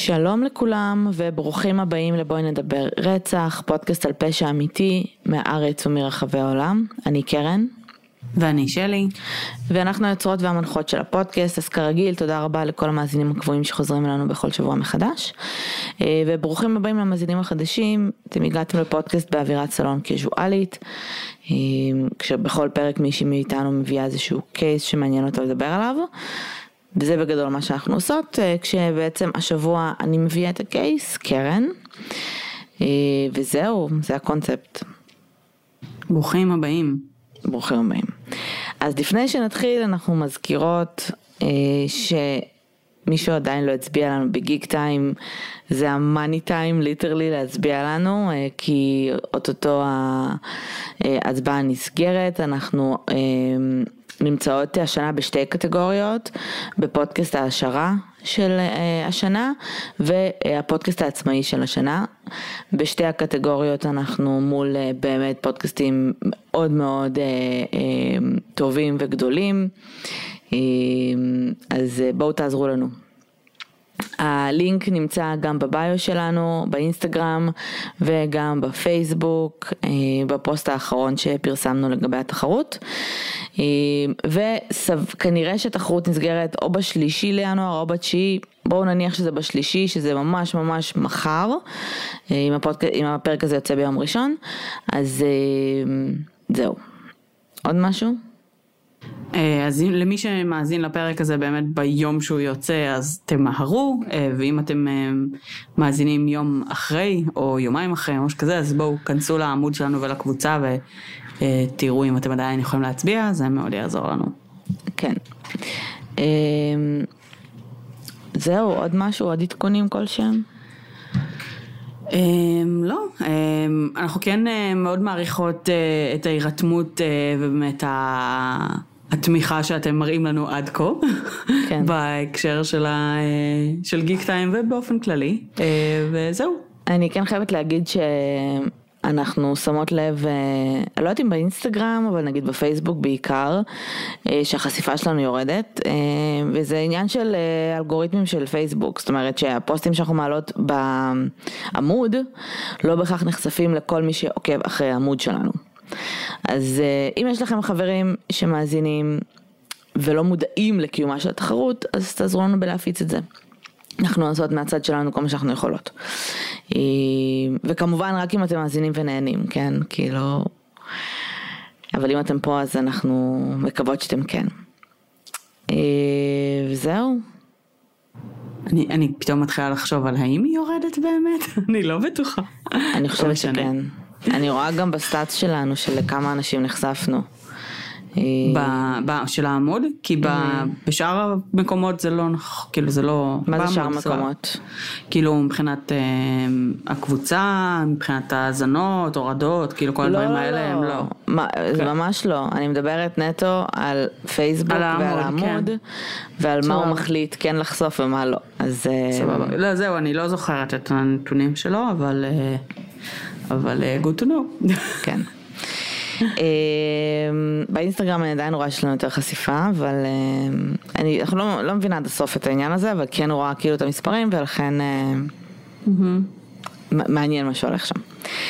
שלום לכולם וברוכים הבאים לבואי נדבר רצח, פודקאסט על פשע אמיתי מהארץ ומרחבי העולם. אני קרן. ואני שלי. ואנחנו היוצרות והמנחות של הפודקאסט, אז כרגיל תודה רבה לכל המאזינים הקבועים שחוזרים אלינו בכל שבוע מחדש. וברוכים הבאים למאזינים החדשים, אתם הגעתם לפודקאסט באווירת סלון קזואלית, כשבכל פרק מישהי מאיתנו מביאה איזשהו קייס שמעניין אותו לדבר עליו. וזה בגדול מה שאנחנו עושות, כשבעצם השבוע אני מביאה את הקייס, קרן, וזהו, זה הקונספט. ברוכים הבאים. ברוכים הבאים. אז לפני שנתחיל אנחנו מזכירות שמישהו עדיין לא הצביע לנו בגיק טיים, זה המאני טיים ליטרלי להצביע לנו, כי אוטוטו ההצבעה נסגרת, אנחנו נמצאות השנה בשתי קטגוריות, בפודקאסט ההשערה של השנה והפודקאסט העצמאי של השנה. בשתי הקטגוריות אנחנו מול באמת פודקאסטים מאוד מאוד טובים וגדולים, אז בואו תעזרו לנו. הלינק נמצא גם בביו שלנו, באינסטגרם וגם בפייסבוק, בפוסט האחרון שפרסמנו לגבי התחרות. וכנראה שתחרות נסגרת או בשלישי לינואר או בתשיעי, בואו נניח שזה בשלישי, שזה ממש ממש מחר, אם הפרק הזה יוצא ביום ראשון. אז זהו. עוד משהו? אז למי שמאזין לפרק הזה באמת ביום שהוא יוצא, אז תמהרו, ואם אתם מאזינים יום אחרי או יומיים אחרי או משהו כזה, אז בואו כנסו לעמוד שלנו ולקבוצה ותראו אם אתם עדיין יכולים להצביע, זה מאוד יעזור לנו. כן. זהו, עוד משהו, עוד עדכונים כלשהם? לא, אנחנו כן מאוד מעריכות את ההירתמות ובאמת התמיכה שאתם מראים לנו עד כה, כן. בהקשר של גיק טיים ובאופן כללי, וזהו. אני כן חייבת להגיד שאנחנו שמות לב, לא יודעת אם באינסטגרם, אבל נגיד בפייסבוק בעיקר, שהחשיפה שלנו יורדת, וזה עניין של אלגוריתמים של פייסבוק, זאת אומרת שהפוסטים שאנחנו מעלות בעמוד, לא בכך נחשפים לכל מי שעוקב אחרי העמוד שלנו. אז אם יש לכם חברים שמאזינים ולא מודעים לקיומה של התחרות, אז תעזרו לנו בלהפיץ את זה. אנחנו נעשות מהצד שלנו כל מה שאנחנו יכולות. וכמובן רק אם אתם מאזינים ונהנים, כן? כאילו, אבל אם אתם פה אז אנחנו מקוות שאתם כן. וזהו. אני פתאום מתחילה לחשוב על האם היא יורדת באמת? אני לא בטוחה. אני חושבת שכן. אני רואה גם בסטאצ שלנו של כמה אנשים נחשפנו. של העמוד? כי בשאר המקומות זה לא, כאילו זה לא... מה זה שאר המקומות? כאילו מבחינת הקבוצה, מבחינת האזנות, הורדות, כאילו כל הדברים האלה הם לא. זה ממש לא. אני מדברת נטו על פייסבוק ועל העמוד, ועל מה הוא מחליט כן לחשוף ומה לא. אז... סבבה. לא, זהו, אני לא זוכרת את הנתונים שלו, אבל good to know. כן. באינסטגרם אני עדיין רואה שלנו יותר חשיפה, אבל אני לא מבינה עד הסוף את העניין הזה, אבל כן רואה כאילו את המספרים, ולכן מעניין מה שהולך שם.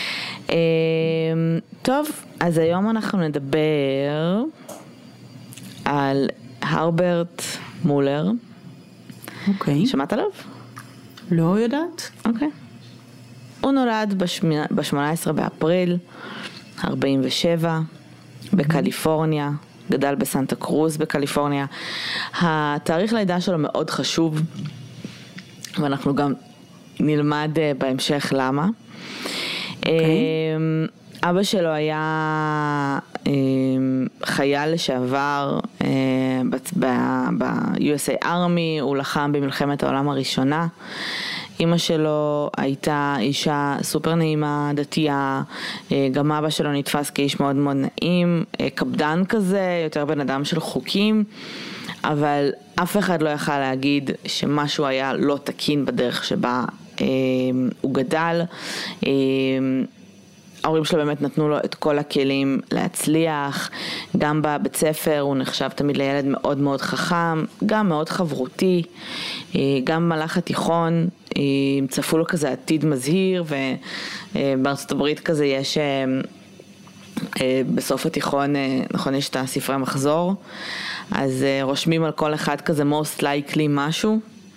טוב, אז היום אנחנו נדבר על הרברט מולר. אוקיי. שמעת עליו? לא יודעת. אוקיי. הוא נולד ב-18 באפריל 47 בקליפורניה, גדל בסנטה קרוז בקליפורניה. התאריך לידה שלו מאוד חשוב, ואנחנו גם נלמד בהמשך למה. אבא שלו היה חייל לשעבר ב-USA Army, הוא לחם במלחמת העולם הראשונה. אמא שלו הייתה אישה סופר נעימה, דתייה, גם אבא שלו נתפס כאיש מאוד מאוד נעים, קפדן כזה, יותר בן אדם של חוקים, אבל אף אחד לא יכל להגיד שמשהו היה לא תקין בדרך שבה הוא גדל. ההורים שלו באמת נתנו לו את כל הכלים להצליח, גם בבית ספר הוא נחשב תמיד לילד מאוד מאוד חכם, גם מאוד חברותי, גם במהלך התיכון, צפו לו כזה עתיד מזהיר, ובארצות הברית כזה יש, בסוף התיכון, נכון, יש את הספרי מחזור, אז רושמים על כל אחד כזה most likely משהו,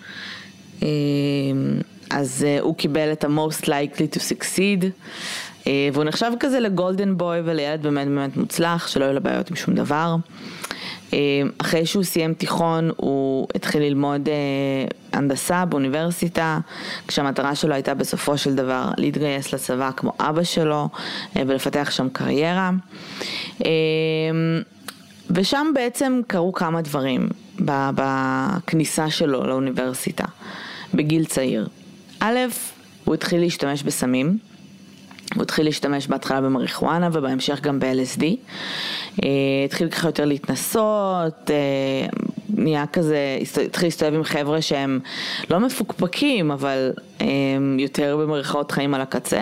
אז הוא קיבל את ה-most likely to succeed, והוא נחשב כזה לגולדן בוי ולילד באמת באמת מוצלח, שלא היו לו בעיות עם שום דבר. אחרי שהוא סיים תיכון, הוא התחיל ללמוד הנדסה באוניברסיטה, כשהמטרה שלו הייתה בסופו של דבר להתגייס לצבא כמו אבא שלו, ולפתח שם קריירה. ושם בעצם קרו כמה דברים בכניסה שלו לאוניברסיטה, בגיל צעיר. א', הוא התחיל להשתמש בסמים, הוא התחיל להשתמש בהתחלה במריחואנה ובהמשך גם ב-LSD. התחיל ככה יותר להתנסות, נהיה כזה, התחיל להסתובב עם חבר'ה שהם לא מפוקפקים, אבל יותר במריחות חיים על הקצה.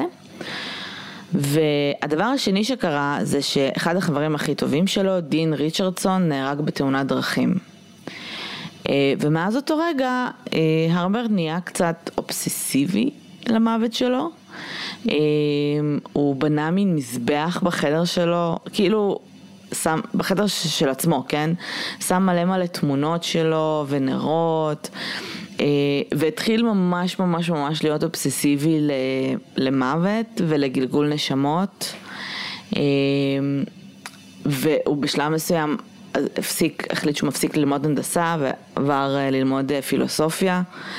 והדבר השני שקרה זה שאחד החברים הכי טובים שלו, דין ריצ'רדסון, נהרג בתאונת דרכים. ומאז אותו רגע, הרברט נהיה קצת אובססיבי למוות שלו. הוא בנה מין מזבח בחדר שלו, כאילו שם, בחדר של עצמו, כן? שם מלא מלא תמונות שלו ונרות, והתחיל ממש ממש ממש להיות אובססיבי למוות ולגלגול נשמות, והוא בשלב מסוים החליט שהוא מפסיק ללמוד הנדסה ועבר ללמוד פילוסופיה,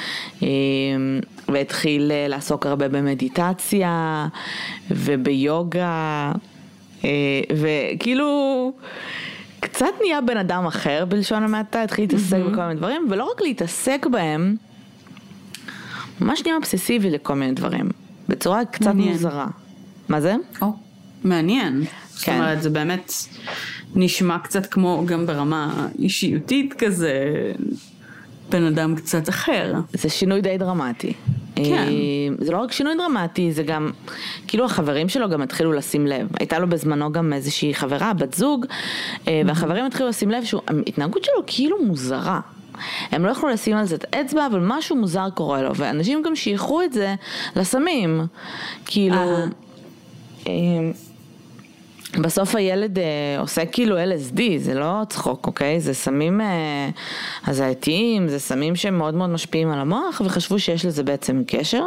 והתחיל לעסוק הרבה במדיטציה וביוגה, וכאילו קצת נהיה בן אדם אחר בלשון המעטה, התחיל להתעסק בכל מיני דברים, ולא רק להתעסק בהם, ממש נהיה אובססיבי לכל מיני דברים, בצורה קצת מוזרה. מה זה? מעניין. זאת אומרת, זה באמת נשמע קצת כמו גם ברמה אישיותית כזה, בן אדם קצת אחר. זה שינוי די דרמטי. כן. זה לא רק שינוי דרמטי, זה גם, כאילו החברים שלו גם התחילו לשים לב. הייתה לו בזמנו גם איזושהי חברה, בת זוג, והחברים התחילו לשים לב שההתנהגות שלו כאילו מוזרה. הם לא יכלו לשים על זה את האצבע, אבל משהו מוזר קורה לו, ואנשים גם שייכו את זה לסמים. כאילו, בסוף הילד עושה כאילו LSD, זה לא צחוק, אוקיי? זה סמים הזייתיים, זה סמים שהם מאוד מאוד משפיעים על המוח, וחשבו שיש לזה בעצם קשר.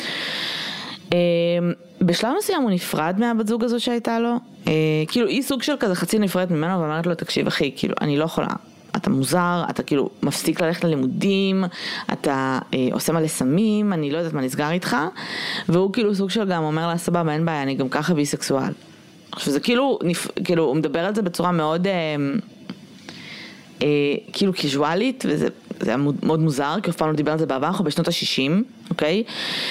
בשלב מסוים הוא נפרד מהבת זוג הזו שהייתה לו, כאילו היא סוג של כזה חצי נפרדת ממנו, ואמרת לו, תקשיב אחי, כאילו אני לא יכולה, אתה מוזר, אתה כאילו מפסיק ללכת ללימודים, אתה עושה מלא סמים, אני לא יודעת מה נסגר איתך, והוא כאילו סוג של גם אומר לה, סבבה, אין בעיה, אני גם ככה ביסקסואל. עכשיו זה כאילו, הוא מדבר על זה בצורה מאוד כאילו קיזואלית, וזה היה מאוד מוזר, כי אף פעם לא דיבר על זה בעבר, אנחנו בשנות ה-60, אוקיי?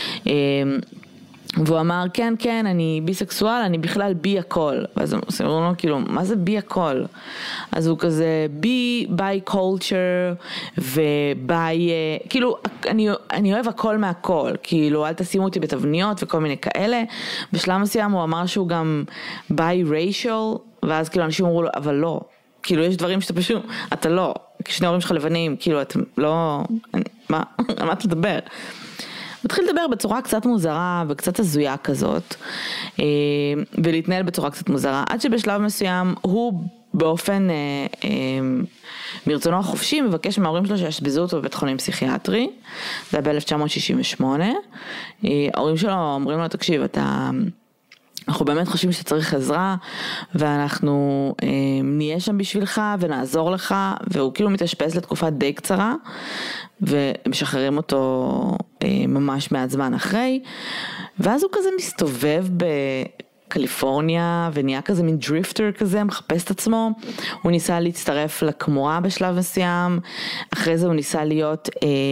והוא אמר, כן, כן, אני ביסקסואל, אני בכלל בי הכל. ואז הוא אומר, כאילו, מה זה בי הכל? אז הוא כזה, בי קולצ'ר, ובי, כאילו, אני אוהב הכל מהכל, כאילו, אל תשימו אותי בתבניות וכל מיני כאלה. בשלב מסוים הוא אמר שהוא גם בי ריישל, ואז כאילו אנשים אמרו לו, אבל לא. כאילו, יש דברים שאתה פשוט, אתה לא. כשני הורים שלך לבנים, כאילו, אתם לא, מה? על מה אתה מדבר? מתחיל לדבר בצורה קצת מוזרה וקצת הזויה כזאת, ולהתנהל בצורה קצת מוזרה, עד שבשלב מסוים הוא באופן מרצונו החופשי מבקש מההורים שלו שישבזו אותו בבית חולים פסיכיאטרי. זה היה ב-1968. ההורים שלו אומרים לו, תקשיב, אנחנו באמת חושבים שצריך עזרה, ואנחנו נהיה שם בשבילך ונעזור לך, והוא כאילו מתאשפז לתקופה די קצרה, ומשחררים אותו ממש מעט זמן אחרי, ואז הוא כזה מסתובב בקליפורניה, ונהיה כזה מין דריפטר כזה, מחפש את עצמו. הוא ניסה להצטרף לכמורה בשלב מסוים, אחרי זה הוא ניסה להיות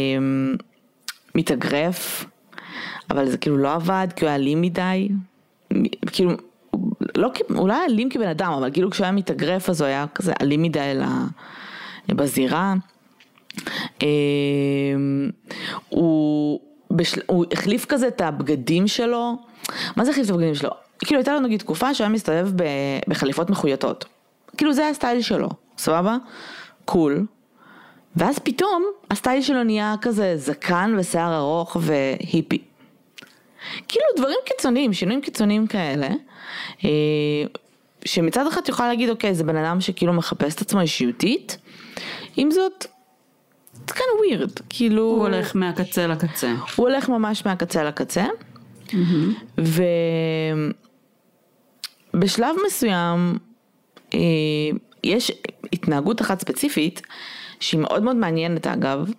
מתאגרף, אבל זה כאילו לא עבד, כי הוא היה אלים מדי, כאילו, לא, אולי אלים כבן אדם, אבל כאילו כשהוא היה מתאגרף, אז הוא היה כזה אלים מדי בזירה. הוא החליף כזה את הבגדים שלו. מה זה החליף את הבגדים שלו? כאילו הייתה לו נגיד תקופה שהיה מסתובב בחליפות מחויטות. כאילו זה הסטייל שלו, סבבה? קול. ואז פתאום הסטייל שלו נהיה כזה זקן ושיער ארוך והיפי. כאילו דברים קיצוניים, שינויים קיצוניים כאלה, שמצד אחד יוכל להגיד, אוקיי, זה בן אדם שכאילו מחפש את עצמו אישיותית, עם זאת, זה כאן ווירד, כאילו... הוא הולך מהקצה לקצה. הוא הולך ממש מהקצה לקצה, ובשלב מסוים, יש התנהגות אחת ספציפית, שהיא מאוד מאוד מעניינת אגב,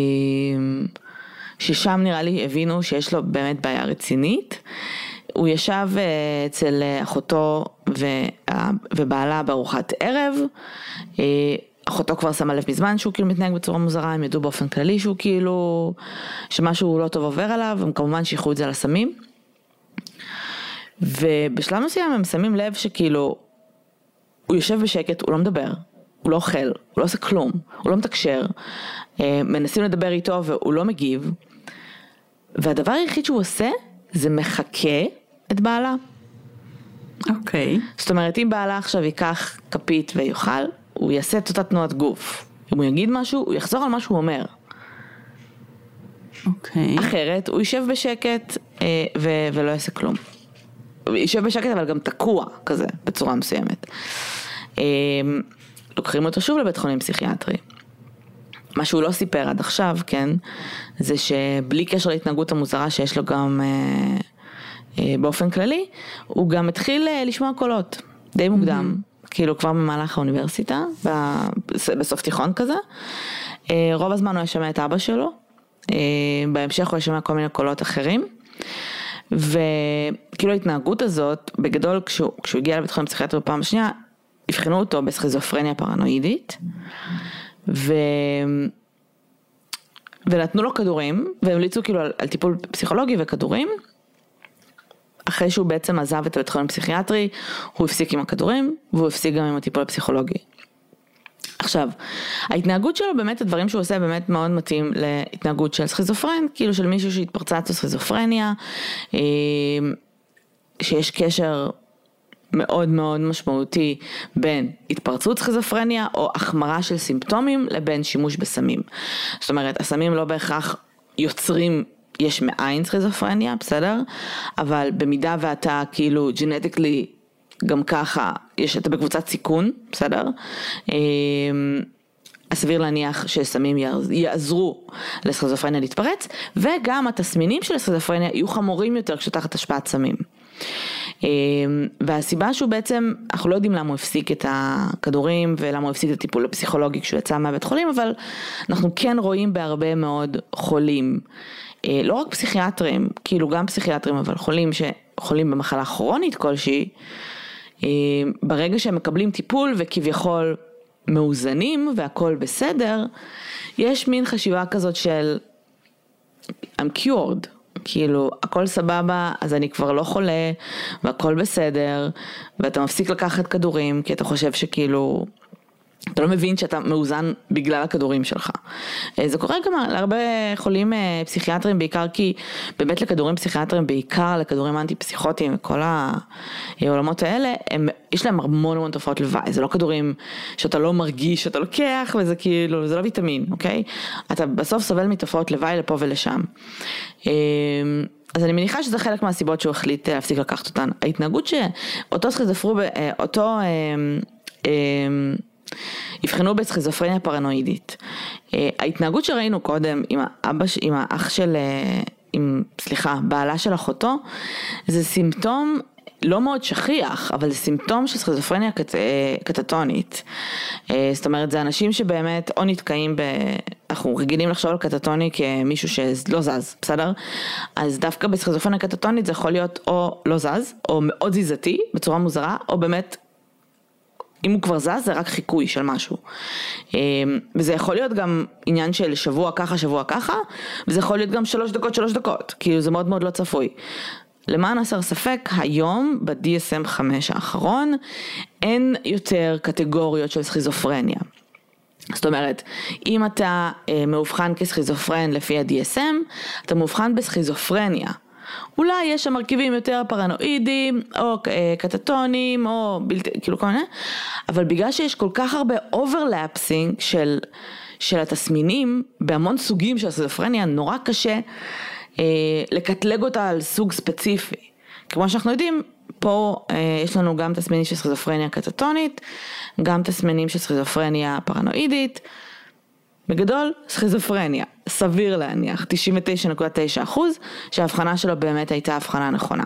ששם נראה לי הבינו שיש לו באמת בעיה רצינית. הוא ישב אצל אחותו ובעלה בארוחת ערב, אחותו כבר שמה לב מזמן שהוא כאילו מתנהג בצורה מוזרה, הם ידעו באופן כללי שהוא כאילו, שמשהו לא טוב עובר עליו, הם כמובן שייכו את זה לסמים. ובשלב מסוים הם שמים לב שכאילו, הוא יושב בשקט, הוא לא מדבר, הוא לא אוכל, הוא לא עושה כלום, הוא לא מתקשר, מנסים לדבר איתו והוא לא מגיב, והדבר היחיד שהוא עושה, זה מחכה את בעלה. אוקיי. זאת אומרת, אם בעלה עכשיו ייקח כפית ויוכל, הוא יעשה את אותה תנועת גוף. אם הוא יגיד משהו, הוא יחזור על מה שהוא אומר. אוקיי. אחרת, הוא יישב בשקט ולא יעשה כלום. הוא יישב בשקט, אבל גם תקוע כזה, בצורה מסוימת. לוקחים אותו שוב לבית חולים פסיכיאטרי. מה שהוא לא סיפר עד עכשיו, כן, זה שבלי קשר להתנהגות המוזרה שיש לו גם באופן כללי, הוא גם התחיל לשמוע קולות, די מוקדם, כאילו כבר במהלך האוניברסיטה, בסוף תיכון כזה. רוב הזמן הוא ישמע את אבא שלו, בהמשך הוא ישמע כל מיני קולות אחרים, וכאילו ההתנהגות הזאת, בגדול כשהוא הגיע לבית חולים פסיכיאטרי בפעם השנייה, הבחינו אותו בסכיזופרניה פרנואידית, ונתנו לו כדורים, והמליצו כאילו על טיפול פסיכולוגי וכדורים. אחרי שהוא בעצם עזב את הבית חולים פסיכיאטרי, הוא הפסיק עם הכדורים, והוא הפסיק גם עם הטיפול הפסיכולוגי. עכשיו, ההתנהגות שלו, באמת הדברים שהוא עושה באמת מאוד מתאים להתנהגות של סכיזופרן, כאילו של מישהו שהתפרצה אצלו סכיזופרניה, שיש קשר מאוד מאוד משמעותי בין התפרצות סכיזופרניה או החמרה של סימפטומים לבין שימוש בסמים. זאת אומרת, הסמים לא בהכרח יוצרים יש מאין סכיזופרניה, בסדר? אבל במידה ואתה כאילו ג'נטיקלי גם ככה, אתה בקבוצת סיכון, בסדר? הסביר להניח שסמים יעזרו לסכיזופרניה להתפרץ, וגם התסמינים של הסכיזופרניה יהיו חמורים יותר כשתחת השפעת סמים. והסיבה שהוא בעצם, אנחנו לא יודעים למה הוא הפסיק את הכדורים ולמה הוא הפסיק את הטיפול הפסיכולוגי כשהוא יצא מהבית חולים, אבל אנחנו כן רואים בהרבה מאוד חולים, לא רק פסיכיאטרים, כאילו גם פסיכיאטרים, אבל חולים במחלה כרונית כלשהי, ברגע שהם מקבלים טיפול וכביכול מאוזנים והכל בסדר, יש מין חשיבה כזאת של I'm cured, כאילו הכל סבבה, אז אני כבר לא חולה והכל בסדר, ואתה מפסיק לקחת כדורים כי אתה חושב שכאילו אתה לא מבין שאתה מאוזן בגלל הכדורים שלך. זה קורה גם להרבה חולים פסיכיאטרים, בעיקר כי באמת לכדורים פסיכיאטרים, בעיקר לכדורים אנטי-פסיכוטיים וכל העולמות האלה, יש להם המון המון תופעות לוואי. זה לא כדורים שאתה לא מרגיש, שאתה לוקח, וזה כאילו, זה לא ויטמין, אוקיי? אתה בסוף סובל מתופעות לוואי לפה ולשם. אז אני מניחה שזה חלק מהסיבות שהוא החליט להפסיק לקחת אותן. ההתנהגות שאותו הבחנו בסכיזופרניה פרנואידית. ההתנהגות שראינו קודם עם בעלה של אחותו, זה סימפטום לא מאוד שכיח, אבל זה סימפטום של סכיזופרניה קטטונית. זאת אומרת, זה אנשים שבאמת או נתקעים אנחנו רגילים לחשוב על קטטוני כמישהו שלא זז, בסדר? אז דווקא בסכיזופרניה קטטונית זה יכול להיות או לא זז, או מאוד זיזתי בצורה מוזרה, או באמת אם הוא כבר זז, זה רק חיקוי של משהו. וזה יכול להיות גם עניין של שבוע ככה, וזה יכול להיות גם 3 דקות. כאילו זה מאוד מאוד לא צפוי. למען הסר ספק, היום ב-DSM 5 האחרון, אין יותר קטגוריות של סכיזופרניה. זאת אומרת, אם אתה מאובחן כסכיזופרן לפי ה-DSM, אתה מאובחן בסכיזופרניה. אולי יש שם מרכיבים יותר פרנואידים, או קטטונים, או בלתי, כאילו כל מיני, אבל בגלל שיש כל כך הרבה אוברלאפסינג של התסמינים, בהמון סוגים של סכיזופרניה, נורא קשה לקטלג אותה על סוג ספציפי. כמו שאנחנו יודעים, פה יש לנו גם תסמינים של סכיזופרניה קטטונית, גם תסמינים של סכיזופרניה פרנואידית, בגדול, סכיזופרניה, סביר להניח, 99.9%, שההבחנה שלו באמת הייתה הבחנה נכונה.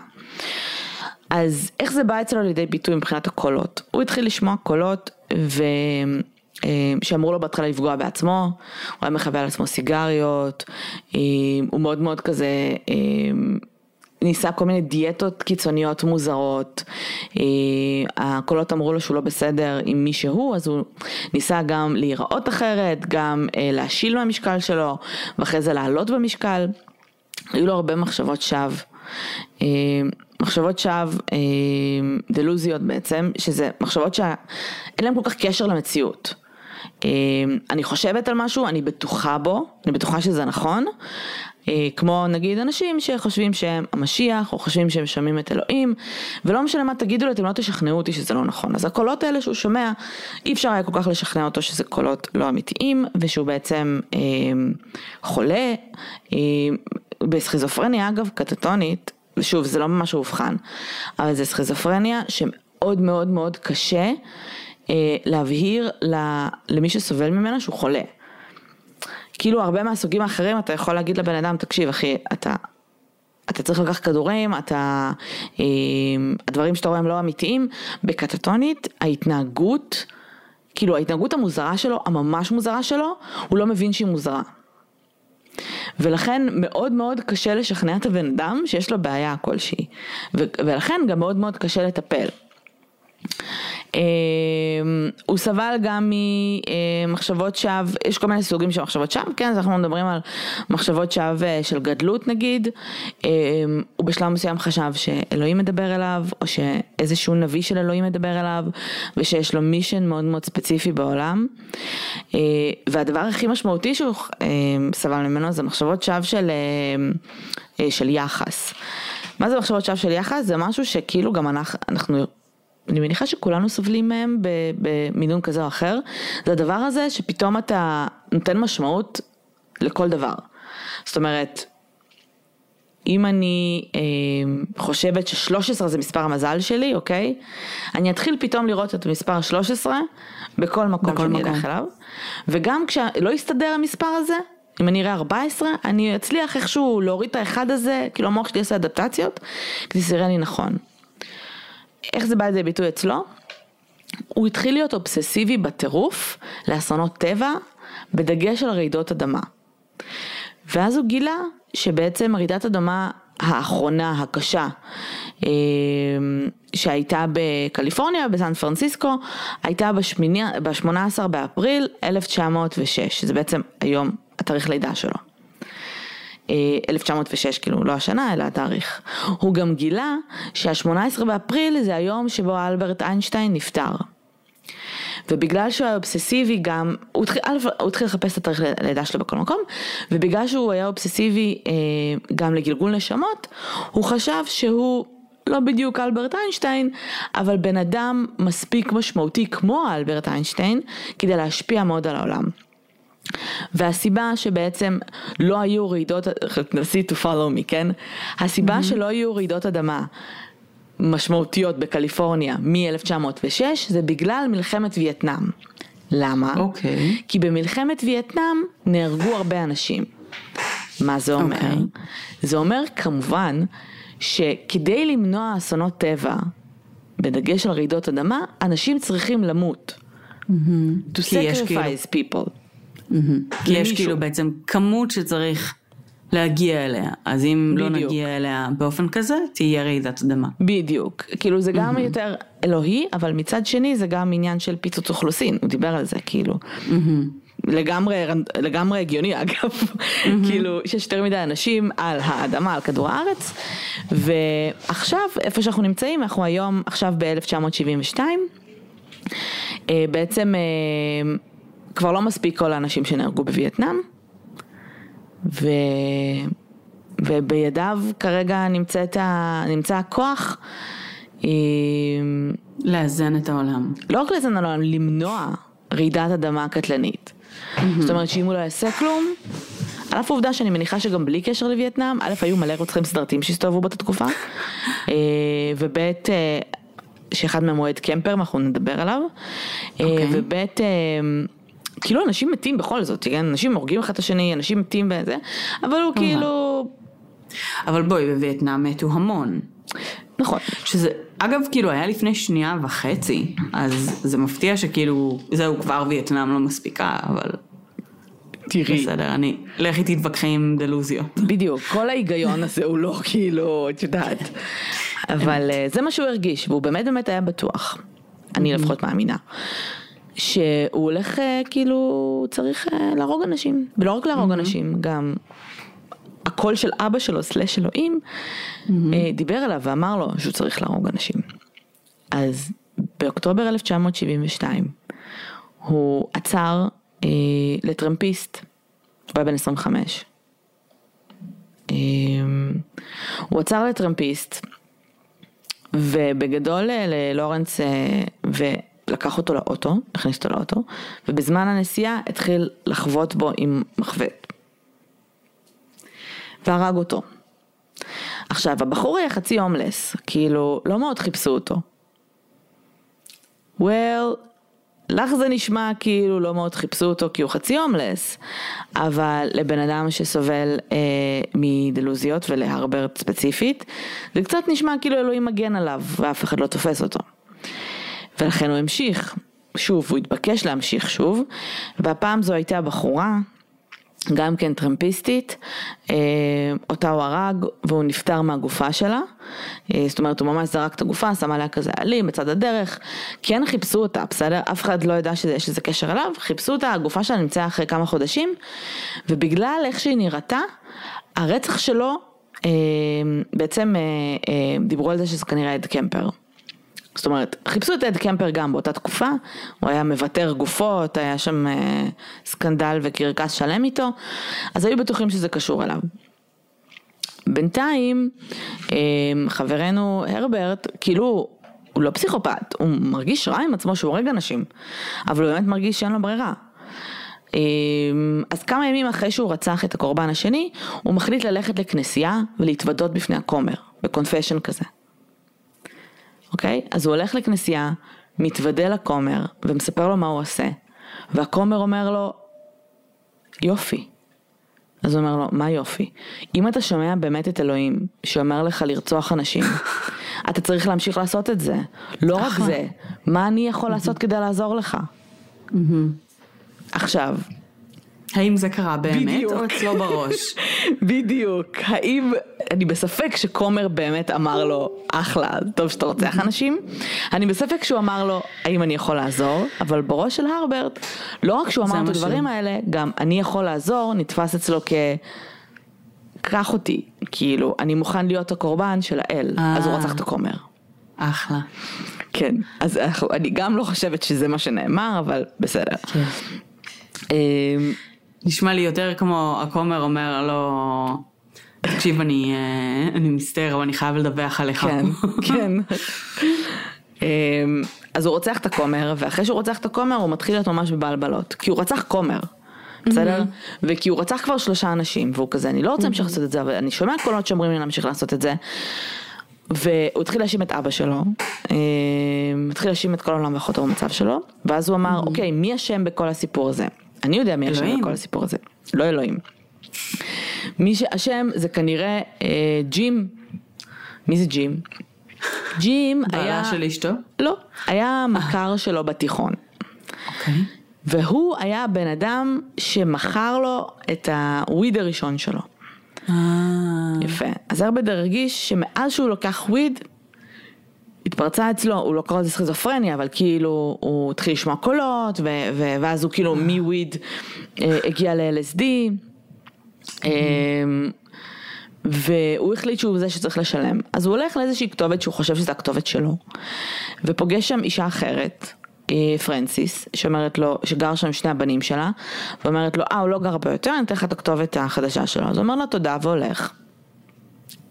אז איך זה בא אצלו לידי ביטוי מבחינת הקולות? הוא התחיל לשמוע קולות שאמרו לו בהתחלה לפגוע בעצמו, הוא היה מחווה על עצמו סיגריות, הוא מאוד מאוד כזה ניסה כל מיני דיאטות קיצוניות מוזרות, הקולות אמרו לו שהוא לא בסדר עם מי שהוא, אז הוא ניסה גם להיראות אחרת, גם להשיל מהמשקל שלו, ואחרי זה לעלות במשקל. היו לו הרבה מחשבות שווא, מחשבות שווא דלוזיות בעצם, שזה מחשבות שאין להם כל כך קשר למציאות. אני חושבת על משהו, אני בטוחה בו, אני בטוחה שזה נכון, כמו נגיד אנשים שחושבים שהם המשיח, או חושבים שהם שומעים את אלוהים, ולא משנה מה תגידו לי, אתם לא תשכנעו אותי שזה לא נכון. אז הקולות האלה שהוא שומע, אי אפשר היה כל כך לשכנע אותו שזה קולות לא אמיתיים, ושהוא בעצם חולה, בסכיזופרניה אגב קטטונית, ושוב זה לא ממש הובחן, אבל זה סכיזופרניה שמאוד מאוד מאוד קשה להבהיר למי שסובל ממנה שהוא חולה. כאילו הרבה מהסוגים האחרים אתה יכול להגיד לבן אדם, תקשיב אחי, אתה צריך לקח כדורים, הדברים שאתה רואה הם לא אמיתיים. בקטטונית ההתנהגות, כאילו ההתנהגות המוזרה שלו, הממש מוזרה שלו, הוא לא מבין שהיא מוזרה. ולכן מאוד מאוד קשה לשכנע את הבן אדם שיש לו בעיה כלשהי. ולכן גם מאוד מאוד קשה לטפל. הוא סבל גם ממחשבות שווא, יש כל מיני סוגים של מחשבות שווא, כן, אז אנחנו מדברים על מחשבות שווא של גדלות נגיד, הוא בשלב מסוים חשב שאלוהים מדבר אליו, או שאיזשהו נביא של אלוהים מדבר אליו, ושיש לו מישן מאוד מאוד ספציפי בעולם, והדבר הכי משמעותי שהוא סבל ממנו זה מחשבות שווא של יחס. מה זה מחשבות שווא של יחס? זה משהו שכאילו גם אנחנו אני מניחה שכולנו סובלים מהם במינון כזה או אחר, זה הדבר הזה שפתאום אתה נותן משמעות לכל דבר. זאת אומרת, אם אני חושבת ש13 זה מספר המזל שלי, אוקיי? אני אתחיל פתאום לראות את מספר 13 בכל מקום שאני אלך אליו, וגם כשלא יסתדר המספר הזה, אם אני אראה 14, אני אצליח איכשהו להוריד את האחד הזה, כאילו המוח שלי עושה אדפטציות, כדי שיראה לי נכון. איך זה בא לידי ביטוי אצלו? הוא התחיל להיות אובססיבי בטירוף לאסונות טבע, בדגש על רעידות אדמה. ואז הוא גילה שבעצם רעידת אדמה האחרונה, הקשה, שהייתה בקליפורניה, בסן פרנסיסקו, הייתה ב-18 באפריל 1906, זה בעצם היום התאריך לידה שלו. 1906, כאילו לא השנה אלא התאריך. הוא גם גילה שה-18 באפריל זה היום שבו אלברט איינשטיין נפטר. ובגלל שהוא היה אובססיבי גם, הוא התחיל לחפש את התאריך לידה שלו בכל מקום, ובגלל שהוא היה אובססיבי גם לגלגול נשמות, הוא חשב שהוא לא בדיוק אלברט איינשטיין, אבל בן אדם מספיק משמעותי כמו אלברט איינשטיין, כדי להשפיע מאוד על העולם. והסיבה שבעצם לא היו רעידות, נסי to follow me, כן? הסיבה שלא היו רעידות אדמה משמעותיות בקליפורניה מ-1906 זה בגלל מלחמת וייטנאם. למה? כי במלחמת וייטנאם נהרגו הרבה אנשים. מה זה אומר? זה אומר כמובן שכדי למנוע אסונות טבע, בדגש על רעידות אדמה, אנשים צריכים למות. To sacrifice people. כי יש כאילו בעצם כמות שצריך להגיע אליה, אז אם לא נגיע אליה באופן כזה, תהיה רעידת אדמה. בדיוק, כאילו זה גם יותר אלוהי, אבל מצד שני זה גם עניין של פיצוץ אוכלוסין, הוא דיבר על זה כאילו. לגמרי הגיוני אגב, כאילו שיש יותר מדי אנשים על האדמה, על כדור הארץ, ועכשיו איפה שאנחנו נמצאים, אנחנו היום עכשיו ב-1972, בעצם כבר לא מספיק כל האנשים שנהרגו בווייטנאם, ובידיו כרגע נמצא הכוח לאזן את העולם. לא רק לאזן העולם, למנוע רעידת אדמה קטלנית. זאת אומרת שאם הוא לא יעשה כלום, על אף העובדה שאני מניחה שגם בלי קשר לווייטנאם, א' היו מלא רוצחים סדרתיים שהסתובבו באותה תקופה, וב' שאחד מהם הוא אד קמפר, אנחנו נדבר עליו, וב' כאילו אנשים מתים בכל זאת, אנשים הורגים אחד את השני, אנשים מתים וזה, אבל הוא כאילו... אבל בואי, בווייטנאם מתו המון. נכון. שזה, אגב, כאילו היה לפני 1.5 שנים, אז זה מפתיע שכאילו, זהו כבר וייטנאם לא מספיקה, אבל... תראי. בסדר, לכי תתווכחי עם דלוזיות. בדיוק, כל ההיגיון הזה הוא לא כאילו, את יודעת. אבל זה מה שהוא הרגיש, והוא באמת היה בטוח. אני לפחות מאמינה. שהוא הולך כאילו, צריך להרוג אנשים. ולא רק להרוג אנשים, גם הקול של אבא שלו, סלש אלוהים, דיבר עליו ואמר לו שהוא צריך להרוג אנשים. אז באוקטובר 1972, הוא עצר לטרמפיסט, הוא היה בן 25. הוא עצר לטרמפיסט, ובגדול ללורנס, ולקח אותו לאוטו, הכניס אותו לאוטו, ובזמן הנסיעה התחיל לחוות בו עם מחבט. והרג אותו. עכשיו, הבחור היה חצי הומלס, כאילו, לא מאוד חיפשו אותו. לך זה נשמע כאילו לא מאוד חיפשו אותו כי הוא חצי הומלס, אבל לבן אדם שסובל מדלוזיות ולהרברט ספציפית, זה קצת נשמע כאילו אלוהים מגן עליו ואף אחד לא תופס אותו. ולכן הוא המשיך, שוב, הוא התבקש להמשיך שוב, והפעם זו הייתה בחורה, גם כן טרמפיסטית, אותה הוא הרג והוא נפטר מהגופה שלה, זאת אומרת הוא ממש זרק את הגופה, שם עליה כזה עלים בצד הדרך, כן חיפשו אותה, בסדר? אף אחד לא ידע שיש לזה קשר אליו, חיפשו אותה, הגופה שלה נמצאה אחרי כמה חודשים, ובגלל איך שהיא נראתה, הרצח שלו, בעצם דיברו על זה שזה כנראה אד קמפר. זאת אומרת, חיפשו את אד קמפר גם באותה תקופה, הוא היה מבטר גופות, היה שם סקנדל וקרקס שלם איתו, אז היו בטוחים שזה קשור אליו. בינתיים, חברנו הרברט, כאילו, הוא לא פסיכופת, הוא מרגיש רע עם עצמו שהוא הורג אנשים, אבל הוא באמת מרגיש שאין לו ברירה. אז כמה ימים אחרי שהוא רצח את הקורבן השני, הוא מחליט ללכת לכנסייה ולהתוודות בפני הכומר, בקונפשן כזה. אוקיי? אז הוא הולך לכנסייה, מתוודה לכומר, ומספר לו מה הוא עושה. והכומר אומר לו, יופי. אז הוא אומר לו, מה יופי? אם אתה שומע באמת את אלוהים, שאומר לך לרצוח אנשים, אתה צריך להמשיך לעשות את זה. לא רק זה, מה אני יכול לעשות כדי לעזור לך? עכשיו, האם זה קרה באמת או אצלו בראש? בדיוק. האם, אני בספק שקומר באמת אמר לו, אחלה, טוב שאתה רוצח אנשים. אני בספק שהוא אמר לו, האם אני יכול לעזור? אבל בראש של הרברט, לא רק שהוא אמר את הדברים האלה, גם אני יכול לעזור, נתפס אצלו קח אותי. כאילו, אני מוכן להיות הקורבן של האל. אז הוא רצח את הקומר. אחלה. כן. אז אני גם לא חושבת שזה מה שנאמר, אבל בסדר. כן. נשמע לי יותר כמו הכומר אומר לו, תקשיב, אני מסתר, אבל אני חייב לדווח עליך. כן, כן. אז הוא רוצח את הכומר, ואחרי שהוא רוצח את הכומר, הוא מתחיל להיות ממש בבלבלות, כי הוא רצח כומר, בסדר? וכי הוא רצח כבר 3 אנשים, והוא כזה, אני לא רוצה להמשיך לעשות את זה, אבל אני שומע קולות שאומרים לי להמשיך לעשות את זה, והוא התחיל להאשים את אבא שלו, התחיל להאשים את כל העולם ואחותו במצב שלו, ואז הוא אמר, אוקיי, מי אשם בכל הסיפור הזה? אני יודע מי אשם בכל הסיפור הזה, לא אלוהים. מי שאשם זה כנראה ג'ים. מי זה ג'ים? ג'ים היה... בעלה של אשתו? לא, היה מכר שלו בתיכון. אוקיי. והוא היה בן אדם שמכר לו את הוויד הראשון שלו. יפה. אז הרברט הרגיש שמאז שהוא לוקח וויד, התפרצה אצלו, הוא לא קרא לזה סכיזופרניה, אבל כאילו הוא התחיל לשמוע קולות, ואז הוא כאילו מוויד הגיע ל-LSD, והוא החליט שהוא זה שצריך לשלם. אז הוא הולך לאיזושהי כתובת שהוא חושב שזו הכתובת שלו, ופוגש שם אישה אחרת, פרנסיס, שאומרת לו, שגר שם 2 הבנים שלה, ואומרת לו, הוא לא גר ביותר, אני אתן לך את הכתובת החדשה שלו. אז הוא אומר לו תודה והולך.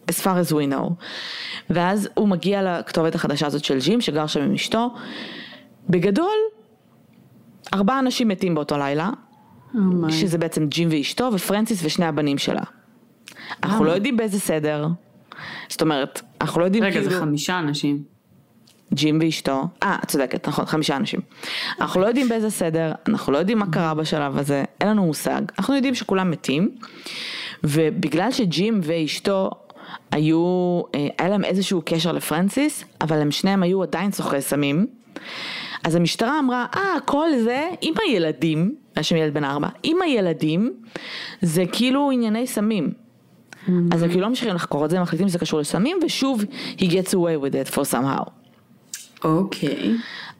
as far as we know. ואז הוא מגיע לכתובת החדשה הזאת של ג'ים, שגר שם עם אשתו. בגדול, 4 אנשים מתים באותו לילה, שזה בעצם ג'ים ואשתו, ופרנסיס ושני הבנים שלה. אנחנו לא יודעים באיזה סדר. זאת אומרת, אנחנו לא יודעים רגע, זה 5 אנשים. ג'ים ואשתו, צודקת, נכון, 5 אנשים. אנחנו לא יודעים באיזה סדר, אנחנו לא יודעים מה קרה בשלב הזה, אין לנו מושג. אנחנו יודעים שכולם מתים, ובגלל שג'ים ואשתו היה להם איזשהו קשר לפרנסיס, אבל הם שניהם היו עדיין סוחרי סמים, אז המשטרה אמרה, כל זה עם הילדים, השם ילד בן 4, עם הילדים, זה כאילו ענייני סמים. אז הם כאילו לא ממשיכים לחקור את זה, הם מחליטים שזה קשור לסמים, ושוב, he gets away with it for somehow. אוקיי.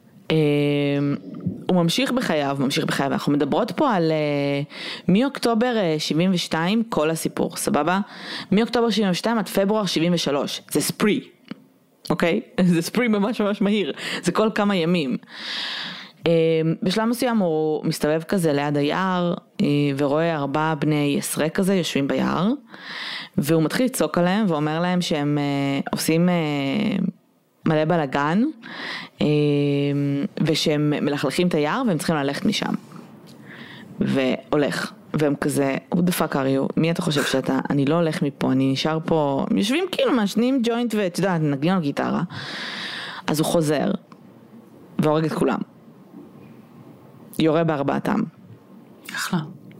הוא ממשיך בחייו, אנחנו מדברות פה על מאוקטובר 72, כל הסיפור, סבבה? מאוקטובר 72 עד פברואר 73, זה ספרי, אוקיי? זה ספרי ממש ממש מהיר, זה כל כמה ימים. בשלב מסוים הוא מסתובב כזה ליד היער, ורואה 4 בני 10 כזה יושבים ביער, והוא מתחיל לצעוק עליהם, ואומר להם שהם עושים מלא בלגן, ושהם מלכלכים את היער, והם צריכים ללכת משם. והולך, והם כזה, what the fuck are you? מי אתה חושב שאתה? אני לא הולך מפה, אני נשאר פה, יושבים כאילו מעשנים ג'וינט, ואתה יודע, נגנים על גיטרה. אז הוא חוזר, והורג את כולם. יורה ב4. אחלה.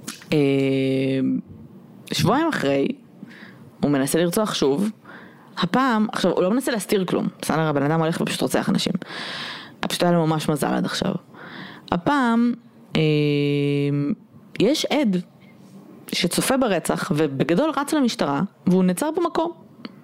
שבועיים אחרי, הוא מנסה לרצוח שוב, הפעם, עכשיו, הוא לא מנסה להסתיר כלום, בסדר, הבן אדם הולך ופשוט רוצח אנשים. פשוט היה לו ממש מזל עד עכשיו. הפעם, יש עד שצופה ברצח, ובגדול רץ למשטרה, והוא נעצר במקום.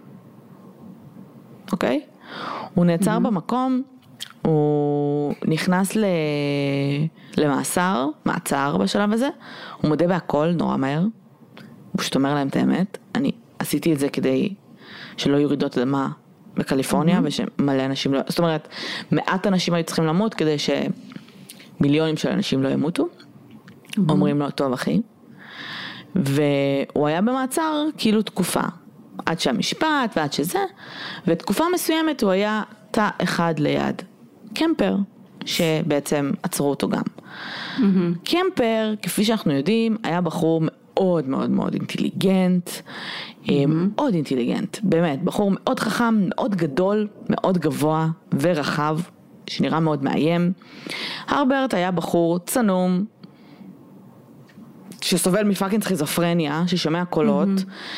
אוקיי? הוא נעצר במקום, הוא נכנס למאסר, מעצר בשלב הזה, הוא מודה בהכל נורא מהר, הוא פשוט אומר להם את האמת, אני עשיתי את זה כדי שלא יורידות אדמה בקליפורניה, ושמלא אנשים לא, זאת אומרת, מעט אנשים היו צריכים למות, כדי שמיליונים של אנשים לא ימותו, אומרים לו, טוב אחי, והוא היה במעצר כאילו תקופה, עד שהמשפט ועד שזה, ותקופה מסוימת הוא היה תא אחד ליד קמפר, שבעצם עצרו אותו גם. קמפר, כפי שאנחנו יודעים, היה בחור מאוד מאוד מאוד אינטליגנט, מאוד אינטליגנט, באמת, בחור מאוד חכם, מאוד גדול, מאוד גבוה ורחב, שנראה מאוד מאיים. הרברט היה בחור צנום, שסובל מפאקינג סכיזופרניה, ששומע קולות,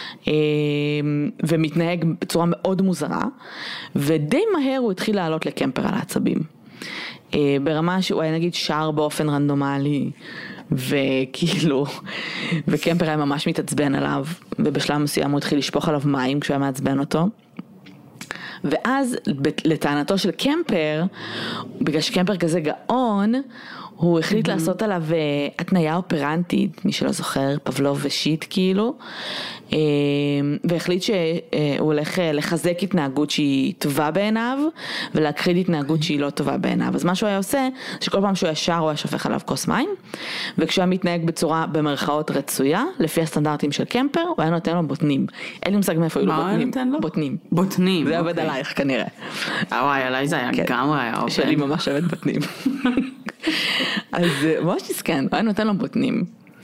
ומתנהג בצורה מאוד מוזרה, ודי מהר הוא התחיל לעלות לקמפר על העצבים. ברמה שהוא היה נגיד שר באופן רנדומלי, וכאילו, וקמפר היה ממש מתעצבן עליו, ובשלב מסוים הוא התחיל לשפוך עליו מים כשהוא היה מעצבן אותו. ואז לטענתו של קמפר, בגלל שקמפר כזה גאון, הוא החליט לעשות עליו התניה אופרנטית, מי שלא זוכר, פבלוב ושיט כאילו, והחליט שהוא הולך לחזק התנהגות שהיא טובה בעיניו, ולהכחיד התנהגות שהיא לא טובה בעיניו. אז מה שהוא היה עושה, שכל פעם שהוא היה שר, הוא היה שופך עליו כוס מים, וכשהוא היה מתנהג בצורה במרכאות רצויה, לפי הסטנדרטים של קמפר, הוא היה נותן לו בוטנים. אין לי מושג מאיפה היו לו בוטנים. בוטנים. בוטנים. זה עובד עלייך כנראה. וואי, עליי זה היה גם היה עובד. שלי ממש אוהבת בוטנים. אז ממש תסכן, הוא היה נותן לו בוטנים.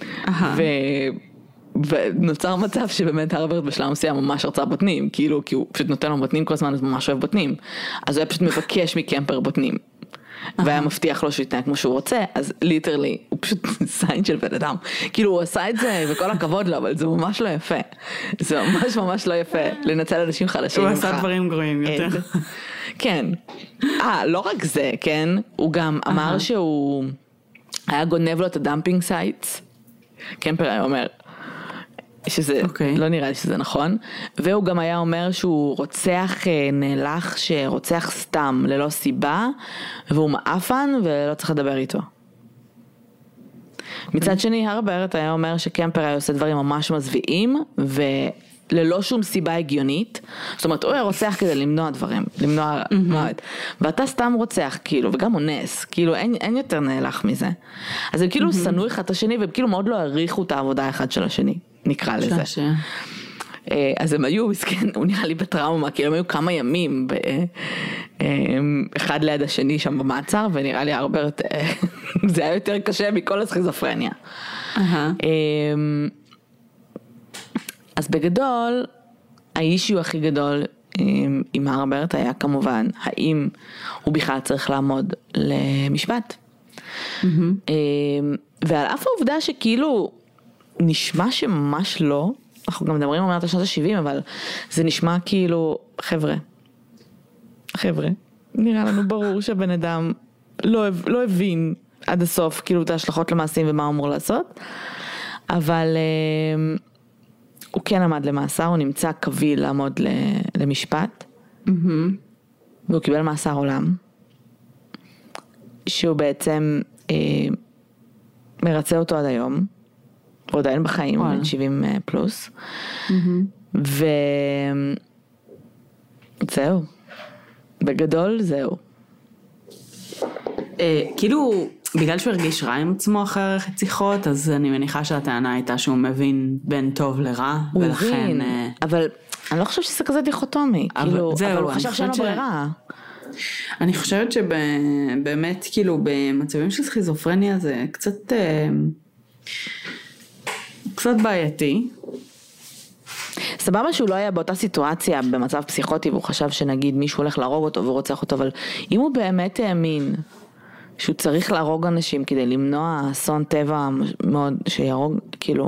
ונוצר מצב שבאמת הרברט בשלב מסוים ממש רצה בוטנים, כאילו, כי הוא פשוט נותן לו בוטנים כל הזמן, אז ממש אוהב בוטנים. אז הוא היה פשוט מבקש מקמפר בוטנים. והיה מבטיח לו שהוא יתנהג כמו שהוא רוצה, אז ליטרלי, הוא פשוט סיין של בן אדם. כאילו הוא עשה את זה, וכל הכבוד לו, אבל זה ממש לא יפה. זה ממש ממש לא יפה, לנצל אנשים חלשים ממך. הוא עשה דברים גרועים יותר. כן. לא רק זה, כן? הוא גם אמר שהוא היה גונב לו את הדמפינג סייטס. קמפר היה אומר שזה, לא נראה לי שזה נכון. והוא גם היה אומר שהוא רוצח נאלח, שרוצח סתם ללא סיבה, והוא מאפן ולא צריך לדבר איתו. מצד שני, הרברט היה אומר שקמפר היה עושה דברים ממש מזוויעים, וללא שום סיבה הגיונית. זאת אומרת, הוא היה רוצח כדי למנוע דברים, למנוע מוות. ואתה סתם רוצח, כאילו, וגם אונס, כאילו, אין יותר נאלח מזה. אז הם כאילו שנאו אחד את השני, והם כאילו מאוד לא העריכו את העבודה אחד של השני, נקרא לזה. אז הם היו, מסכן, הוא נראה לי בטראומה, כאילו הם היו כמה ימים, אחד ליד השני שם במעצר, ונראה לי הרברט, זה היה יותר קשה מכל הסכיזופרניה. אז בגדול, האישיו הכי גדול עם הרברט היה כמובן, האם הוא בכלל צריך לעמוד למשפט. ועל אף העובדה שכאילו נשמע שממש לא, אנחנו גם מדברים על מעט השנות ה-70, אבל זה נשמע כאילו, חבר'ה, נראה לנו ברור שהבן אדם לא הבין עד הסוף כאילו את ההשלכות למעשים ומה הוא אמור לעשות, אבל הוא כן עמד למאסר, הוא נמצא קביל לעמוד למשפט, והוא קיבל מאסר עולם, שהוא בעצם מרצה אותו עד היום, הוא עדיין בחיים, הוא בן 70 פלוס, וזהו, בגדול זהו. כאילו, בגלל שהוא הרגיש רע עם עצמו אחרי רציחות, אז אני מניחה שהטענה הייתה שהוא מבין בין טוב לרע, ולכן... אבל אני לא חושבת שזה כזה דיכוטומי, כאילו, אבל הוא חשב שאין לו ברירה. אני חושבת שבאמת, כאילו, במצבים של סכיזופרניה זה קצת בעייתי. סבבה שהוא לא היה באותה סיטואציה במצב פסיכוטי, והוא חשב שנגיד מישהו הולך להרוג אותו ורוצח אותו, אבל אם הוא באמת האמין שהוא צריך להרוג אנשים כדי למנוע אסון טבע מאוד שיהרוג, כאילו,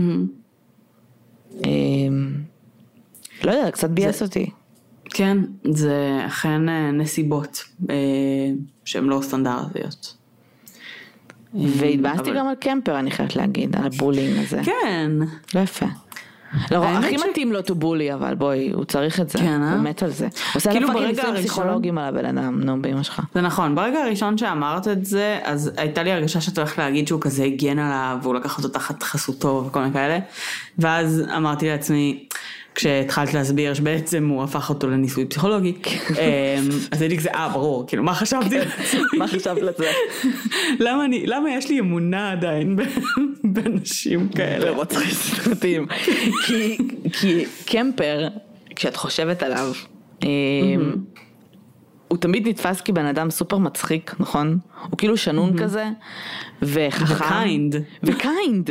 לא יודע, קצת ביאס אותי. כן, זה אכן נסיבות שהן לא סטנדרטיות. והתבאסתי גם על קמפר, אני חייבת להגיד, על הבולינג הזה. כן. לא יפה. הכי מתאים לו to bully, אבל בואי, הוא צריך את זה, הוא מת על זה. הוא עושה לפעמים ניסויים פסיכולוגיים על הבן אדם, נו, באמא שלך. זה נכון, ברגע הראשון שאמרת את זה, אז הייתה לי הרגשה שאתה הולך להגיד שהוא כזה הגן עליו, והוא לקח אותו תחת חסותו וכל מיני כאלה, ואז אמרתי לעצמי, כשהתחלת להסביר שבעצם הוא הפך אותו לניסוי פסיכולוגי, אז הייתי כזה, ברור, כאילו, מה חשבתי? מה חשבת לזה? למה יש לי אמונה עדיין באנשים כאלה? רוצחים סרטים. כי קמפר, כשאת חושבת עליו, הוא תמיד נתפס כבן אדם סופר מצחיק, נכון? הוא כאילו שנון כזה, וחכם. וקיינד.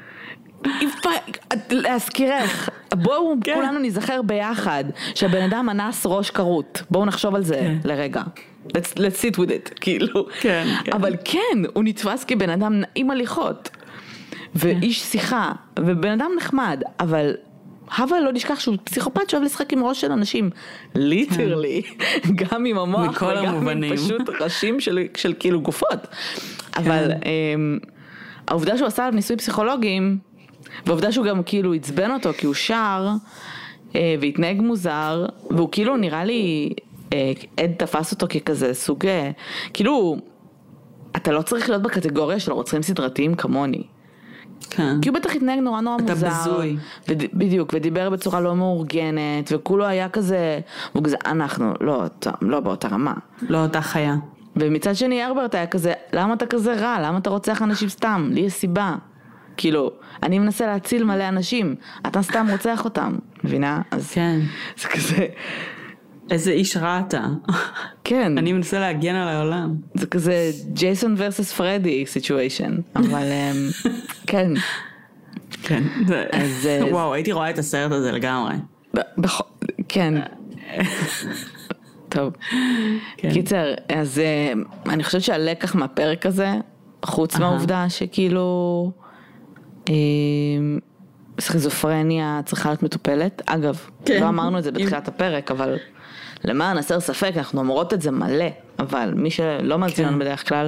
להזכירך, בואו כולנו נזכר ביחד שהבן אדם אנס ראש קרוט, בואו נחשוב על זה לרגע, let's sit with it, כאילו, אבל כן, הוא נתפס כבן אדם נעים הליכות ואיש שיחה ובן אדם נחמד, אבל לא נשכח שהוא פסיכופת שאוהב לשחק עם ראש של אנשים, ליטרלי, גם עם המוח וגם עם פשוט ראשים של כאילו גופות. אבל העובדה שהוא עשה ניסוי פסיכולוגיים, והעובדה שהוא גם כאילו הצבן אותו כי הוא שר והתנהג מוזר, והוא כאילו נראה לי עד תפס אותו ככזה סוג, כאילו אתה לא צריך להיות בקטגוריה של רוצחים סדרתיים כמוני, כי הוא בטח התנהג נורא מוזר, אתה בזוי בדיוק, ודיבר בצורה לא מאורגנת, וכולו היה כזה, והוא כזה, אנחנו לא באותה רמה, לא אותה חיה. ומצד שני הרברט היה כזה, למה אתה כזה רע? למה אתה רוצח אנשים סתם? לי יש סיבה. כאילו, אני מנסה להציל מלא אנשים, אתה סתם רוצח אותם, מבינה? אז כן. זה כזה... איזה איש רע אתה. כן. אני מנסה להגן על העולם. זה כזה ג'ייסון versus פרדי סיטואשן, אבל כן. כן. וואו, הייתי רואה את הסרט הזה לגמרי. כן. טוב. קיצר, אז אני חושבת שהלקח מהפרק הזה, חוץ מהעובדה שכאילו סכיזופרניה צריכה להיות מטופלת, אגב, לא אמרנו את זה בתחילת הפרק, אבל למען הסר ספק, אנחנו אומרות את זה מלא, אבל מי שלא מאזין לנו בדרך כלל,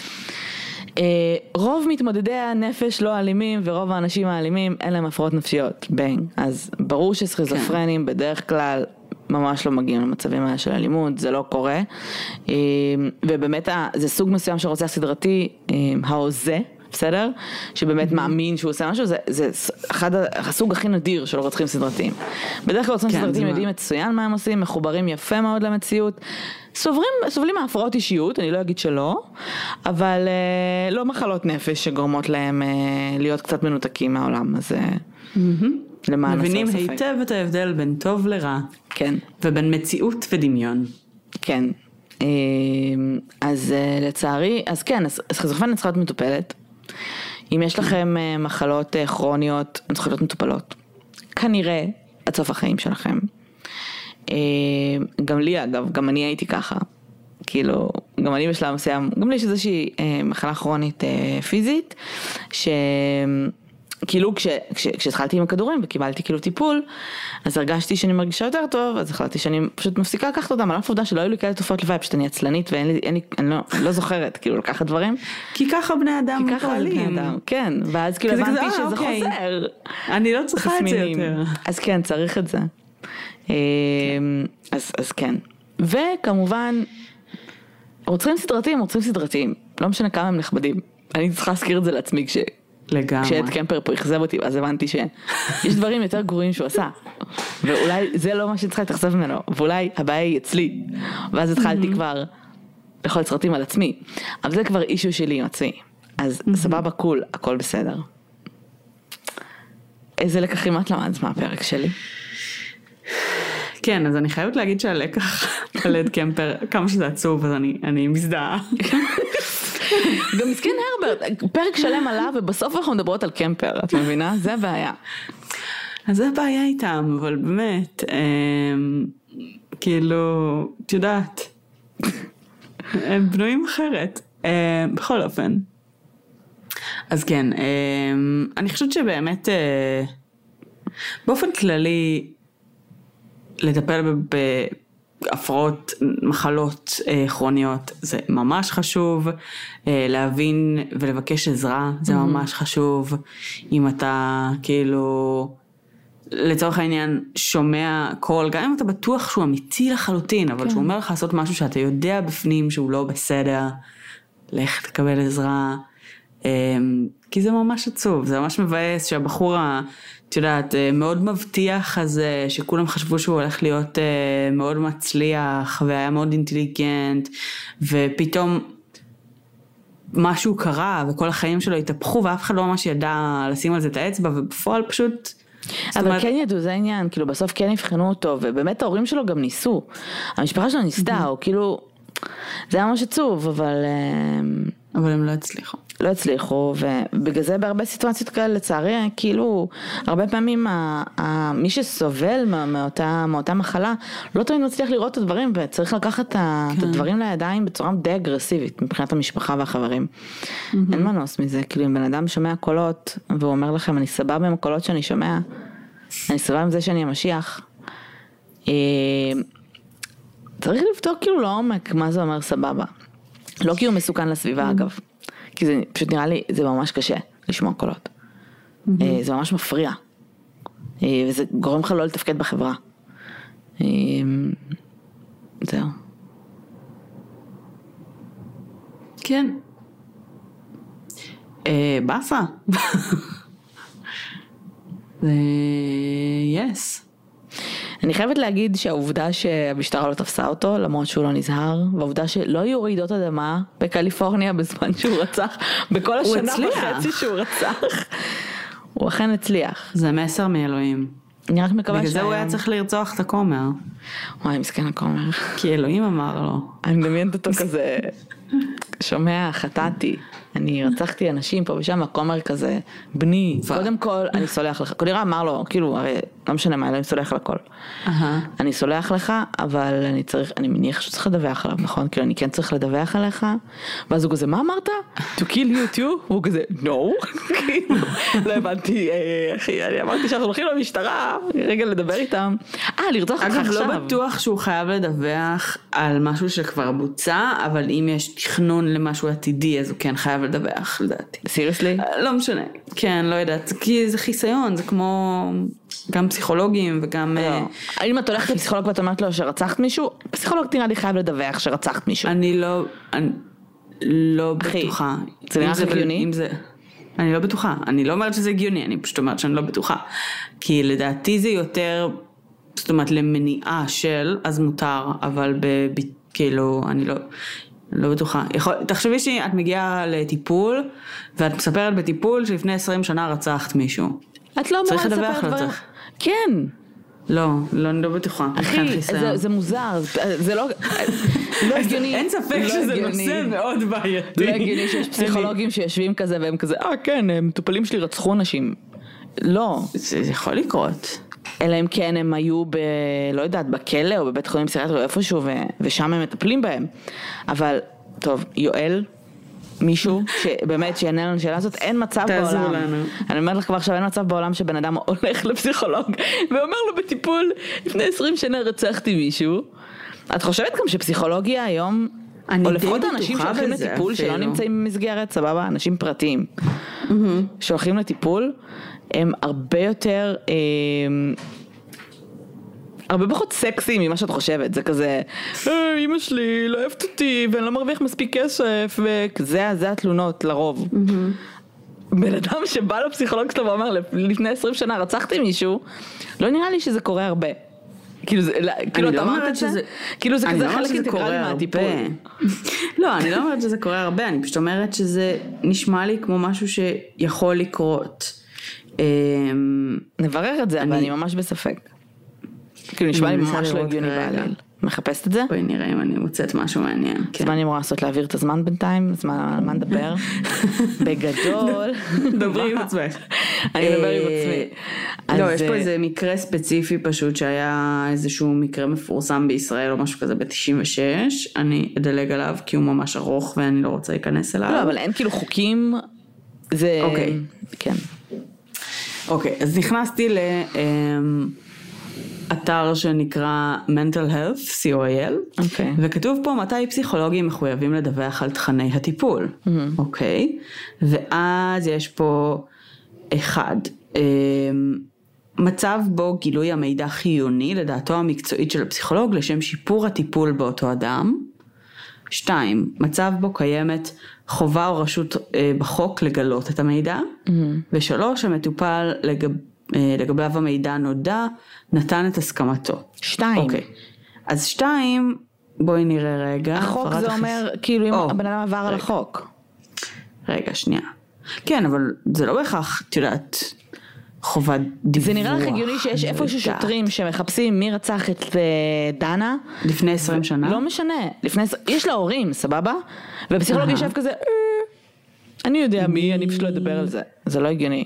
רוב מתמודדי הנפש לא אלימים, ורוב האנשים האלימים אין להם הפרעות נפשיות, בנג. אז ברור שסכיזופרנים בדרך כלל ממש לא מגיעים למצבים האלה של אלימות, זה לא קורה, ובאמת זה סוג מסוים שרוצח סדרתי, ההוזה, בסדר? שבאמת מאמין שהוא עושה משהו, זה אחד הסוג הכי נדיר של רוצחים סדרתיים. בדרך כלל רוצחים סדרתיים יודעים מצוין מה הם עושים, מחוברים יפה מאוד למציאות, סובלים מהפרעות אישיות, אני לא אגיד שלא, אבל לא מחלות נפש שגורמות להם להיות קצת מנותקים מהעולם, אז למען מבינים הסר ספק. היטב את ההבדל בין טוב לרע. כן. ובין מציאות ודמיון. כן. אז לצערי, אז כן, אז סכיזופרניה צריכה להיות מטופלת. אם יש לכם מחלות כרוניות, הן צריכות להיות מטופלות. כנראה עד סוף החיים שלכם. גם לי אגב, גם אני הייתי ככה. כאילו, גם אני בשלב מסוים, גם לי יש איזושהי מחלה כרונית פיזית, כאילו כשהתחלתי עם הכדורים וקיבלתי כאילו טיפול, אז הרגשתי שאני מרגישה יותר טוב, אז החלטתי שאני פשוט מפסיקה לקחת אותם, על אף עובדה שלא היו לי כאלה תופעות לוואי, פשוט אני עצלנית ואני לא זוכרת כאילו לקחת דברים. כי ככה בני אדם כי ככה בני אדם, כן, ואז כאילו הבנתי שזה חוזר. אני לא צריכה את זה יותר. אז כן, צריך את זה. אז כן. וכמובן, רוצחים סדרתיים, לא משנה כמה הם נכבדים. אני צריכה להזכיר את זה לעצמי כשאד קמפר פה יחזב אותי, ואז הבנתי שיש דברים יותר גרועים שהוא עשה. ואולי זה לא מה שצריכה להתאכזב ממנו, ואולי הבעיה היא אצלי. ואז התחלתי כבר לאכול סרטים על עצמי. אבל זה כבר אישו שלי עם עצמי. אז סבבה, קול, הכל בסדר. איזה לקחים את למדת מהפרק שלי? כן, אז אני חייבת להגיד שהלקח על אד קמפר, כמה שזה עצוב, אז אני מזדהה. גם מסכן הרברט, פרק שלם עליו, ובסוף אנחנו מדברות על קמפר, את מבינה? זה הבעיה. אז זה הבעיה איתם, אבל באמת, כאילו, את יודעת, הם בנויים אחרת, בכל אופן. אז כן, אני חושבת שבאמת, באופן כללי, לטפל בהפרעות מחלות כרוניות זה ממש חשוב, להבין ולבקש עזרה זה ממש חשוב. אם אתה כאילו לצורך העניין שומע קול, גם אם אתה בטוח שהוא אמיתי לחלוטין, אבל שהוא אומר לך לעשות משהו שאתה יודע בפנים שהוא לא בסדר, לך תקבל עזרה, כי זה ממש עצוב, זה ממש מבאס שהבחור את יודעת, מאוד מבטיח הזה, שכולם חשבו שהוא הולך להיות מאוד מצליח, והיה מאוד אינטליגנט, ופתאום משהו קרה, וכל החיים שלו התהפכו, ואף אחד לא ממש ידע לשים על זה את האצבע, ובפועל פשוט... אבל כן ידעו, זה העניין, כאילו בסוף כן יבחנו אותו, ובאמת ההורים שלו גם ניסו. המשפחה שלו ניסתה, או כאילו... זה היה ממש עצוב, אבל הם לא הצליחו. לא הצליחו, ובגלל זה בהרבה סיטואציות כאלה, לצערי, כאילו, הרבה פעמים מי שסובל מאותה מחלה, לא תמיד מצליח לראות את הדברים, וצריך לקחת את הדברים לידיים בצורה די אגרסיבית, מבחינת המשפחה והחברים. אין מנוס מזה, כאילו, אם בן אדם שומע קולות, והוא אומר לכם, אני סבבה עם הקולות שאני שומע, אני סבבה עם זה שאני המשיח, צריך לבדוק כאילו לעומק מה זה אומר סבבה. לא כי הוא מסוכן לסביבה אגב. כי זה פשוט נראה לי, זה ממש קשה לשמוע קולות. זה ממש מפריע. וזה גורם לך לא לתפקד בחברה. זהו. כן. באסה. יס. אני חייבת להגיד שהעובדה שהמשטרה לא תפסה אותו, למרות שהוא לא נזהר, והעובדה שלא היו רעידות אדמה בקליפורניה בזמן שהוא רצח, בכל השנה וחצי שהוא רצח, הוא אכן הצליח. זה מסר מאלוהים. אני רק מקווה בגלל זה הוא היה צריך לרצוח את הכומר. וואי, מסכן הכומר. כי אלוהים אמר לו. אני מדמיינת אותו כזה, שומע, חטאתי. אני רצחתי אנשים פה ושם, הכומר כזה, בני, קודם כל אני סולח לך. כנראה אמר לו, כאילו, הרי לא משנה מה, אני סולח לכל. אני סולח לך, אבל אני מניח שצריך לדווח עליו, נכון? כאילו, אני כן צריך לדווח עליך, ואז הוא כזה, מה אמרת? To kill you too? הוא כזה, no. לא הבנתי, אחי, אני אמרתי שאנחנו הולכים למשטרה, רגע לדבר איתם. לרצוח אותך עכשיו. אגב, לא בטוח שהוא חייב לדווח על משהו שכבר בוצע, אבל אם יש תכנון למשהו עתידי, אז הוא כן חייב לדווח, לדעתי. סיריוסלי? לא משנה. כן, לא יודעת. כי זה חיסיון, זה כמו גם פסיכולוגים וגם... אם את הולכת לפסיכולוג ואת אומרת לו שרצחת מישהו, פסיכולוג נראה לי חייב לדווח שרצחת מישהו. אני לא בטוחה. זה נראה הגיוני? אני לא בטוחה. אני לא אומרת שזה הגיוני, אני פשוט אומרת שאני לא בטוחה. כי לדעתי זה יותר, זאת אומרת, למניעה של, אז מותר, אבל כאילו, אני לא בטוחה. תחשבי שאת מגיעה לטיפול, ואת מספרת בטיפול שלפני 20 שנה רצחת מישהו. את לא אמורה צריך לדווח לספר לו, דברים. צריך. כן. לא, אני לא בטוחה. אחי, זה מוזר, זה לא הגיוני. אין ספק שזה נושא מאוד בעייתי. לא הגיוני שיש פסיכולוגים שיושבים כזה והם כזה, כן, מטופלים שלי רצחו אנשים. לא. זה יכול לקרות. אלא אם כן הם היו לא יודעת, בכלא או בבית חולים פסיכיאטרי או איפשהו ושם הם מטפלים בהם. אבל, טוב, יואל, מישהו שבאמת שיענה לנו שאלה הזאת, אין מצב בעולם. אני אומרת לך כבר עכשיו, אין מצב בעולם שבן אדם הולך לפסיכולוג ואומר לו בטיפול, לפני 20 שנה רצחתי מישהו. את חושבת גם שפסיכולוגיה היום, או לפחות אנשים שהולכים לטיפול שלא נמצאים במסגרת, סבבה, אנשים פרטיים, שהולכים לטיפול, הם הרבה יותר, הרבה פחות סקסי ממה שאת חושבת, זה כזה, אמא שלי לא אוהבת אותי ואני לא מרוויח מספיק כסף, וזה התלונות לרוב. בן אדם שבא לפסיכולוג שלו ואומר לפני 20 שנה רצחתי מישהו, לא נראה לי שזה קורה הרבה. כאילו אתה אומרת את זה? כאילו זה כזה חלק אינטגרלי מהטיפול. לא, אני לא אומרת שזה קורה הרבה, אני פשוט אומרת שזה נשמע לי כמו משהו שיכול לקרות. נברר את זה, אבל אני ממש בספק. כאילו נשמע לי ממש לא הגיוני בעליל. מחפשת את זה? בואי נראה אם אני מוצאת משהו מעניין. אז מה אני אמורה לעשות? להעביר את הזמן בינתיים? אז מה נדבר? בגדול. דברי עם עצמך. אני מדבר עם עצמי. לא, יש פה איזה מקרה ספציפי פשוט שהיה איזשהו מקרה מפורסם בישראל או משהו כזה ב-96. אני אדלג עליו כי הוא ממש ארוך ואני לא רוצה להיכנס אליו. לא, אבל אין כאילו חוקים. זה... אוקיי. כן. אוקיי, אז נכנסתי אתר שנקרא Mental Health, COIL, וכתוב פה מתי פסיכולוגים מחויבים לדווח על תכני הטיפול, אוקיי? ואז יש פה אחד, מצב בו גילוי המידע חיוני לדעתו המקצועית של הפסיכולוג לשם שיפור הטיפול באותו אדם. 2, מצב בו קיימת חובה או רשות בחוק לגלות את המידע. ו3, המטופל לגביו המידע נודע, נתן את הסכמתו. 2. אוקיי. אז 2, בואי נראה רגע. החוק זה אומר, כאילו אם הבן אדם עבר על החוק. רגע, שנייה. כן, אבל זה לא בהכרח, את יודעת, חובת דיווח. זה נראה לך הגיוני שיש איפשהו שוטרים שמחפשים מי רצח את דנה. לפני 20 שנה? לא משנה. יש לה הורים, סבבה? ופסיכולוג יושב כזה, אני יודע מי, אני פשוט לא אדבר על זה. זה לא הגיוני.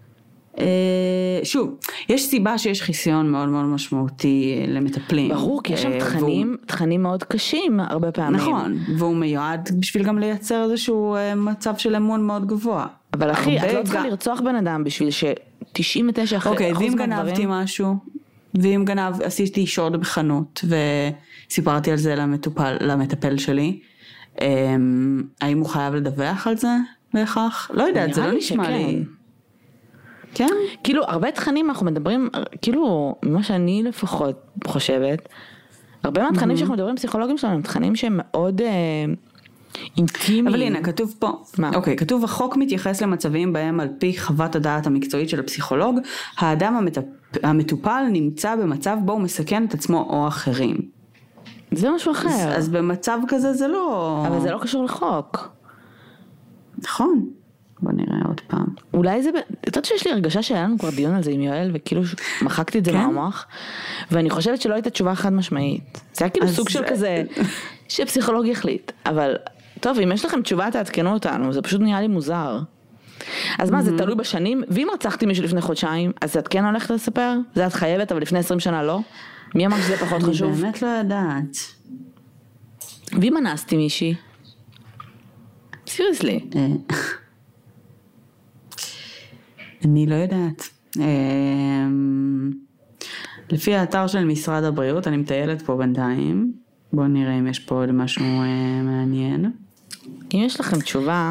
שוב, יש סיבה שיש חיסיון מאוד מאוד משמעותי למטפלים. ברור, כי יש שם תכנים מאוד קשים הרבה פעמים. נכון, והוא מיועד בשביל גם לייצר איזשהו מצב של אמון מאוד גבוה. אבל אחי, את לא צריכה לרצוח בן אדם בשביל ש99% אוקיי, ואם גנבתי משהו, ואם עשיתי שוד בחנות, וסיפרתי על זה למטפל שלי, האם הוא חייב לדווח על זה בהכרח? לא יודעת, זה לא נשמע לי. כן? כאילו, הרבה תכנים אנחנו מדברים, כאילו, ממה שאני לפחות חושבת, הרבה מהתכנים שאנחנו מדברים פסיכולוגים שלנו, הם תכנים שהם מאוד אינטימיים. אבל הנה, כתוב פה, אוקיי, כתוב, החוק מתייחס למצבים בהם על פי חוות הדעת המקצועית של הפסיכולוג, האדם המטופל נמצא במצב בו הוא מסכן את עצמו או אחרים. זה משהו אחר. אז במצב כזה זה לא... אבל זה לא קשור לחוק. נכון. בוא נראה עוד פעם. אולי זה, את יודעת שיש לי הרגשה שהיה לנו כבר דיון על זה עם יואל, וכאילו מחקתי את זה מהמוח, ואני חושבת שלא הייתה תשובה חד משמעית. זה היה כאילו סוג של כזה, שפסיכולוג יחליט. אבל, טוב, אם יש לכם תשובה, תעדכנו אותנו, זה פשוט נראה לי מוזר. אז מה, זה תלוי בשנים, ואם רצחתי מישהו לפני חודשיים, אז את כן הולכת לספר? זה את חייבת, אבל לפני 20 שנה לא? מי אמר שזה פחות חשוב? אני באמת לא יודעת. ואם אנסתי מישהי? סיריוסלי. אני לא יודעת. לפי האתר של משרד הבריאות, אני מטיילת פה בינתיים. בואו נראה אם יש פה עוד משהו מעניין. אם יש לכם תשובה,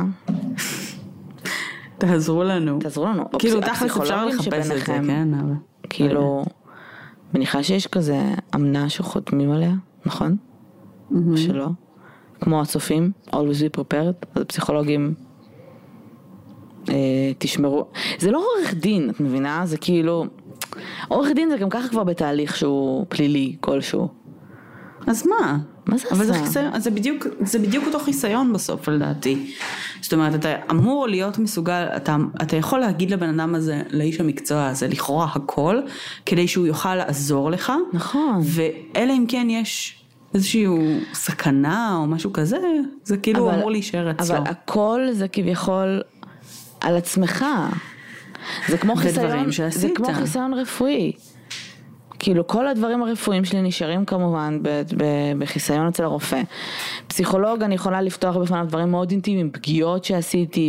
תעזרו לנו. תעזרו לנו. כאילו תכלס אפשר לחפש את זה, כן? כאילו, מניחה שיש כזה אמנה שחותמים עליה, נכון? או שלא? כמו הצופים, always be prepared, אז הפסיכולוגים תשמרו. זה לא עורך דין, את מבינה? זה כאילו, עורך דין זה גם ככה כבר בתהליך שהוא פלילי כלשהו. אז מה? מה זה אבל עשה? זה חיסיון, זה בדיוק אותו חיסיון בסוף לדעתי. זאת אומרת, אתה אמור להיות מסוגל, אתה יכול להגיד לבן אדם הזה, לאיש המקצוע הזה, לכאורה הכל, כדי שהוא יוכל לעזור לך. נכון. ואלה אם כן יש איזושהי סכנה או משהו כזה, זה כאילו אמור להישאר אצלו. אבל הכל זה כביכול על עצמך. זה כמו חיסיון רפואי. כאילו כל הדברים הרפואיים שלי נשארים כמובן בחיסיון אצל הרופא. פסיכולוג אני יכולה לפתוח בפניו דברים מאוד אינטימיים, פגיעות שעשיתי,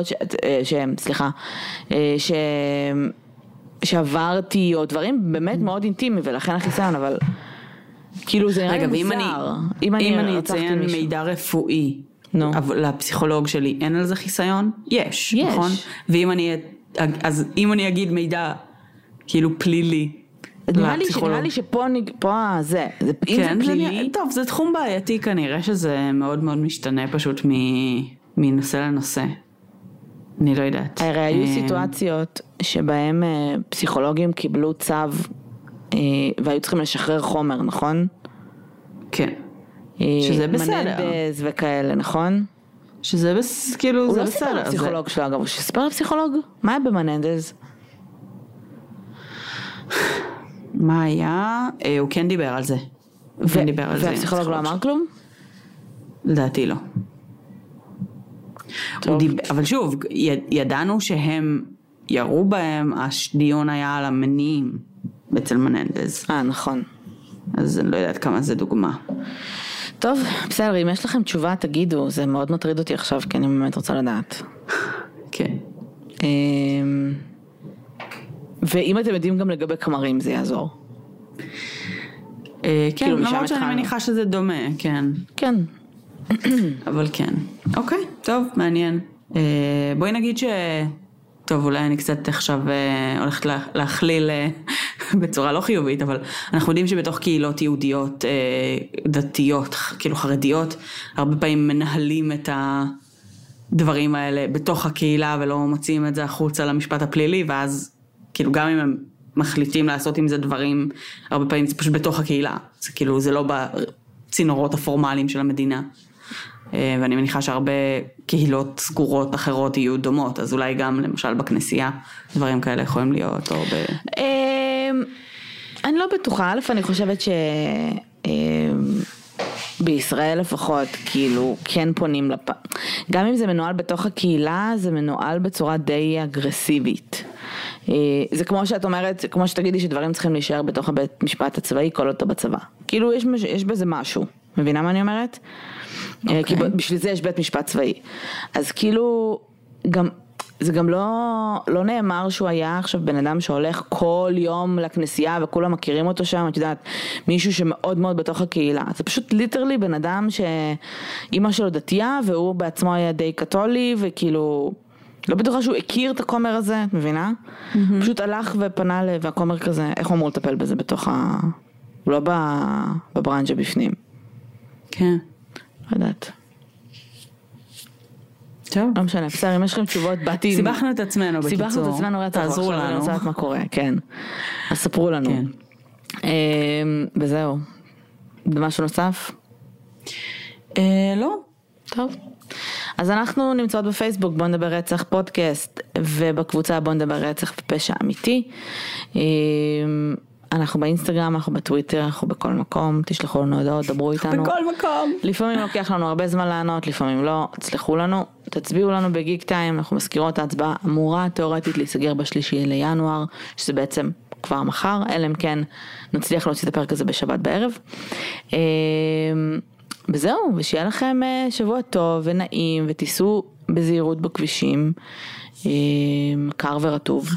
שעברתי, או דברים באמת מאוד אינטימיים, ולכן החיסיון, אבל כאילו זה נראה לי מוזר. אם אני אציין מידע רפואי, לפסיכולוג שלי אין על זה חיסיון? יש, נכון? אז אם אני אגיד מידע כאילו פלילי, נראה לי שפה זה פלילי. טוב, זה תחום בעייתי כנראה שזה מאוד מאוד משתנה פשוט מנושא לנושא. אני לא יודעת. הרי היו סיטואציות שבהם פסיכולוגים קיבלו צו והיו צריכים לשחרר חומר, נכון? כן. שזה בסדר. מננדז וכאלה, נכון? שזה כאילו זה בסדר. הוא לא סיפר לפסיכולוג שלו אגב, הוא שסיפר לפסיכולוג? מה היה במננדז? מה היה? הוא כן דיבר על זה. והפסיכולוג לא אמר כלום? לדעתי לא. אבל שוב, ידענו שהם ירו בהם, הדיון היה על המניעים אצל מננדז. נכון. אז אני לא יודעת כמה זה דוגמה. טוב, בסדר, אם יש לכם תשובה תגידו, זה מאוד מטריד אותי עכשיו, כי אני באמת רוצה לדעת. כן. ואם אתם יודעים גם לגבי כמרים זה יעזור. כן, למרות שאני מניחה שזה דומה, כן. כן. אבל כן. אוקיי, טוב, מעניין. בואי נגיד טוב, אולי אני קצת עכשיו הולכת להכליל בצורה לא חיובית, אבל אנחנו יודעים שבתוך קהילות יהודיות דתיות, כאילו חרדיות, הרבה פעמים מנהלים את הדברים האלה בתוך הקהילה ולא מוציאים את זה החוצה למשפט הפלילי, ואז כאילו גם אם הם מחליטים לעשות עם זה דברים, הרבה פעמים זה פשוט בתוך הקהילה. זה כאילו, זה לא בצינורות הפורמליים של המדינה. ואני מניחה שהרבה קהילות סגורות אחרות יהיו דומות, אז אולי גם למשל בכנסייה, דברים כאלה יכולים להיות, או אני לא בטוחה, א', אני חושבת בישראל לפחות, כאילו, כן פונים גם אם זה מנוהל בתוך הקהילה, זה מנוהל בצורה די אגרסיבית. זה כמו שאת אומרת, כמו שתגידי שדברים צריכים להישאר בתוך הבית משפט הצבאי, כל אותו בצבא. כאילו, יש בזה משהו. מבינה מה אני אומרת? כי בשביל זה יש בית משפט צבאי. אז כאילו, זה גם לא נאמר שהוא היה עכשיו בן אדם שהולך כל יום לכנסייה וכולם מכירים אותו שם, את יודעת, מישהו שמאוד מאוד בתוך הקהילה. זה פשוט ליטרלי בן אדם שאימא שלו דתייה והוא בעצמו היה די קתולי, וכאילו לא בטוחה שהוא הכיר את הכומר הזה, את מבינה? פשוט הלך ופנה והכומר כזה, איך הוא אמור לטפל בזה בתוך הוא לא בברנג'ה בפנים. כן. לא יודעת. טוב. לא משנה, בסדר, אם יש לכם תשובות, באתי... סיבכנו את עצמנו בקיצור. סיבכנו את עצמנו, תעזרו לנו. אני רוצה לדעת מה קורה, כן. אז ספרו לנו. כן. וזהו. במשהו נוסף? לא. טוב. אז אנחנו נמצאות בפייסבוק, בוא נדבר רצח פודקאסט, ובקבוצה בוא נדבר רצח ופשע אמיתי. אנחנו באינסטגרם, אנחנו בטוויטר, אנחנו בכל מקום, תשלחו לנו הודעות, דברו איתנו. בכל מקום. לפעמים לוקח לנו הרבה זמן לענות, לפעמים לא, תצלחו לנו, תצביעו לנו בגיק טיים, אנחנו מזכירות ההצבעה אמורה תיאורטית להיסגר ב3 לינואר, שזה בעצם כבר מחר, אלא אם כן נצליח להוציא את הפרק הזה בשבת בערב. וזהו, ושיהיה לכם שבוע טוב ונעים, ותיסעו בזהירות בכבישים, קר ורטוב.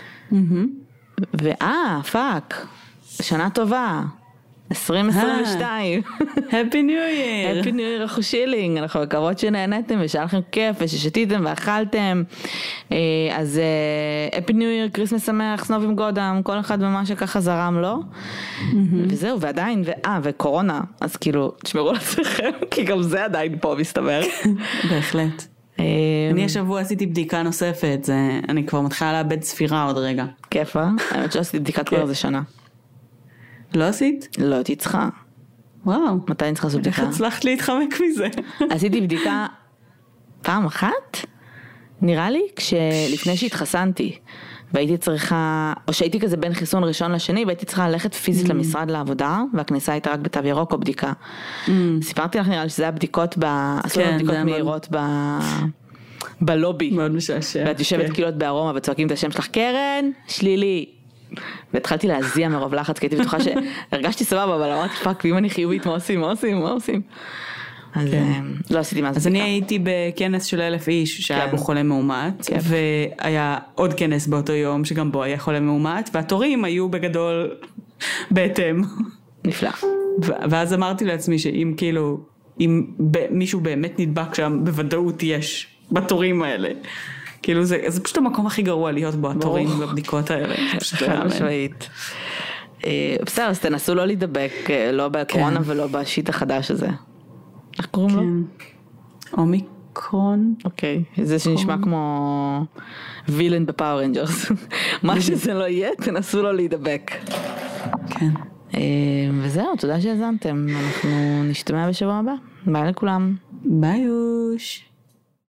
פאק, שנה טובה, 2022. Happy New Year. Happy New Year אחושילינג, אנחנו מקוות שנהנתם ושהיה לכם כיף וששתיתם ואכלתם. אז Happy New Year, קריסמס שמח, סנובים גודם, כל אחד במה שככה זרם לו. וזהו, ועדיין, וקורונה, אז כאילו, תשמרו על עצמכם, כי גם זה עדיין פה מסתבר. בהחלט. אני השבוע עשיתי בדיקה נוספת, אני כבר מתחילה לאבד ספירה עוד רגע. כיף, האמת שעשיתי בדיקה כבר איזה שנה. לא עשית? לא הייתי צריכה. וואו. מתי אני צריכה לעשות בדיקה? איך הצלחת להתחמק מזה? עשיתי בדיקה פעם אחת, נראה לי, לפני שהתחסנתי, והייתי צריכה, או שהייתי כזה בין חיסון ראשון לשני, והייתי צריכה ללכת פיזית למשרד לעבודה, והכניסה הייתה רק בתו ירוק או בדיקה. סיפרתי לך נראה לי שזה הבדיקות, עשו בדיקות מהירות בלובי. מאוד משעשע. ואת יושבת כאילו בארומה וצועקים את השם שלך, קרן, שלילי. והתחלתי להזיע מרוב לחץ, כי הייתי בטוחה שהרגשתי סבבה, אבל אמרתי פאק, ואם אני חיובית, מה עושים? אז לא עשיתי מה זה. אז אני הייתי בכנס של 1,000 איש שהיה בו חולה מאומת, והיה עוד כנס באותו יום שגם בו היה חולה מאומת, והתורים היו בגדול בהתאם. נפלא. ואז אמרתי לעצמי שאם כאילו, אם מישהו באמת נדבק שם, בוודאות יש בתורים האלה. כאילו זה פשוט המקום הכי גרוע להיות בו, התורים בבדיקות האלה. חד משמעית. בסדר, אז תנסו לא להידבק, לא בקורונה ולא בשיט החדש הזה. איך קוראים לו? אומיקרון. אוקיי, זה שנשמע כמו וילן בפאור רנג'רס. מה שזה לא יהיה, תנסו לא להידבק. כן. וזהו, תודה שהזנתם. אנחנו נשתמע בשבוע הבא. ביי לכולם. ביי יוש.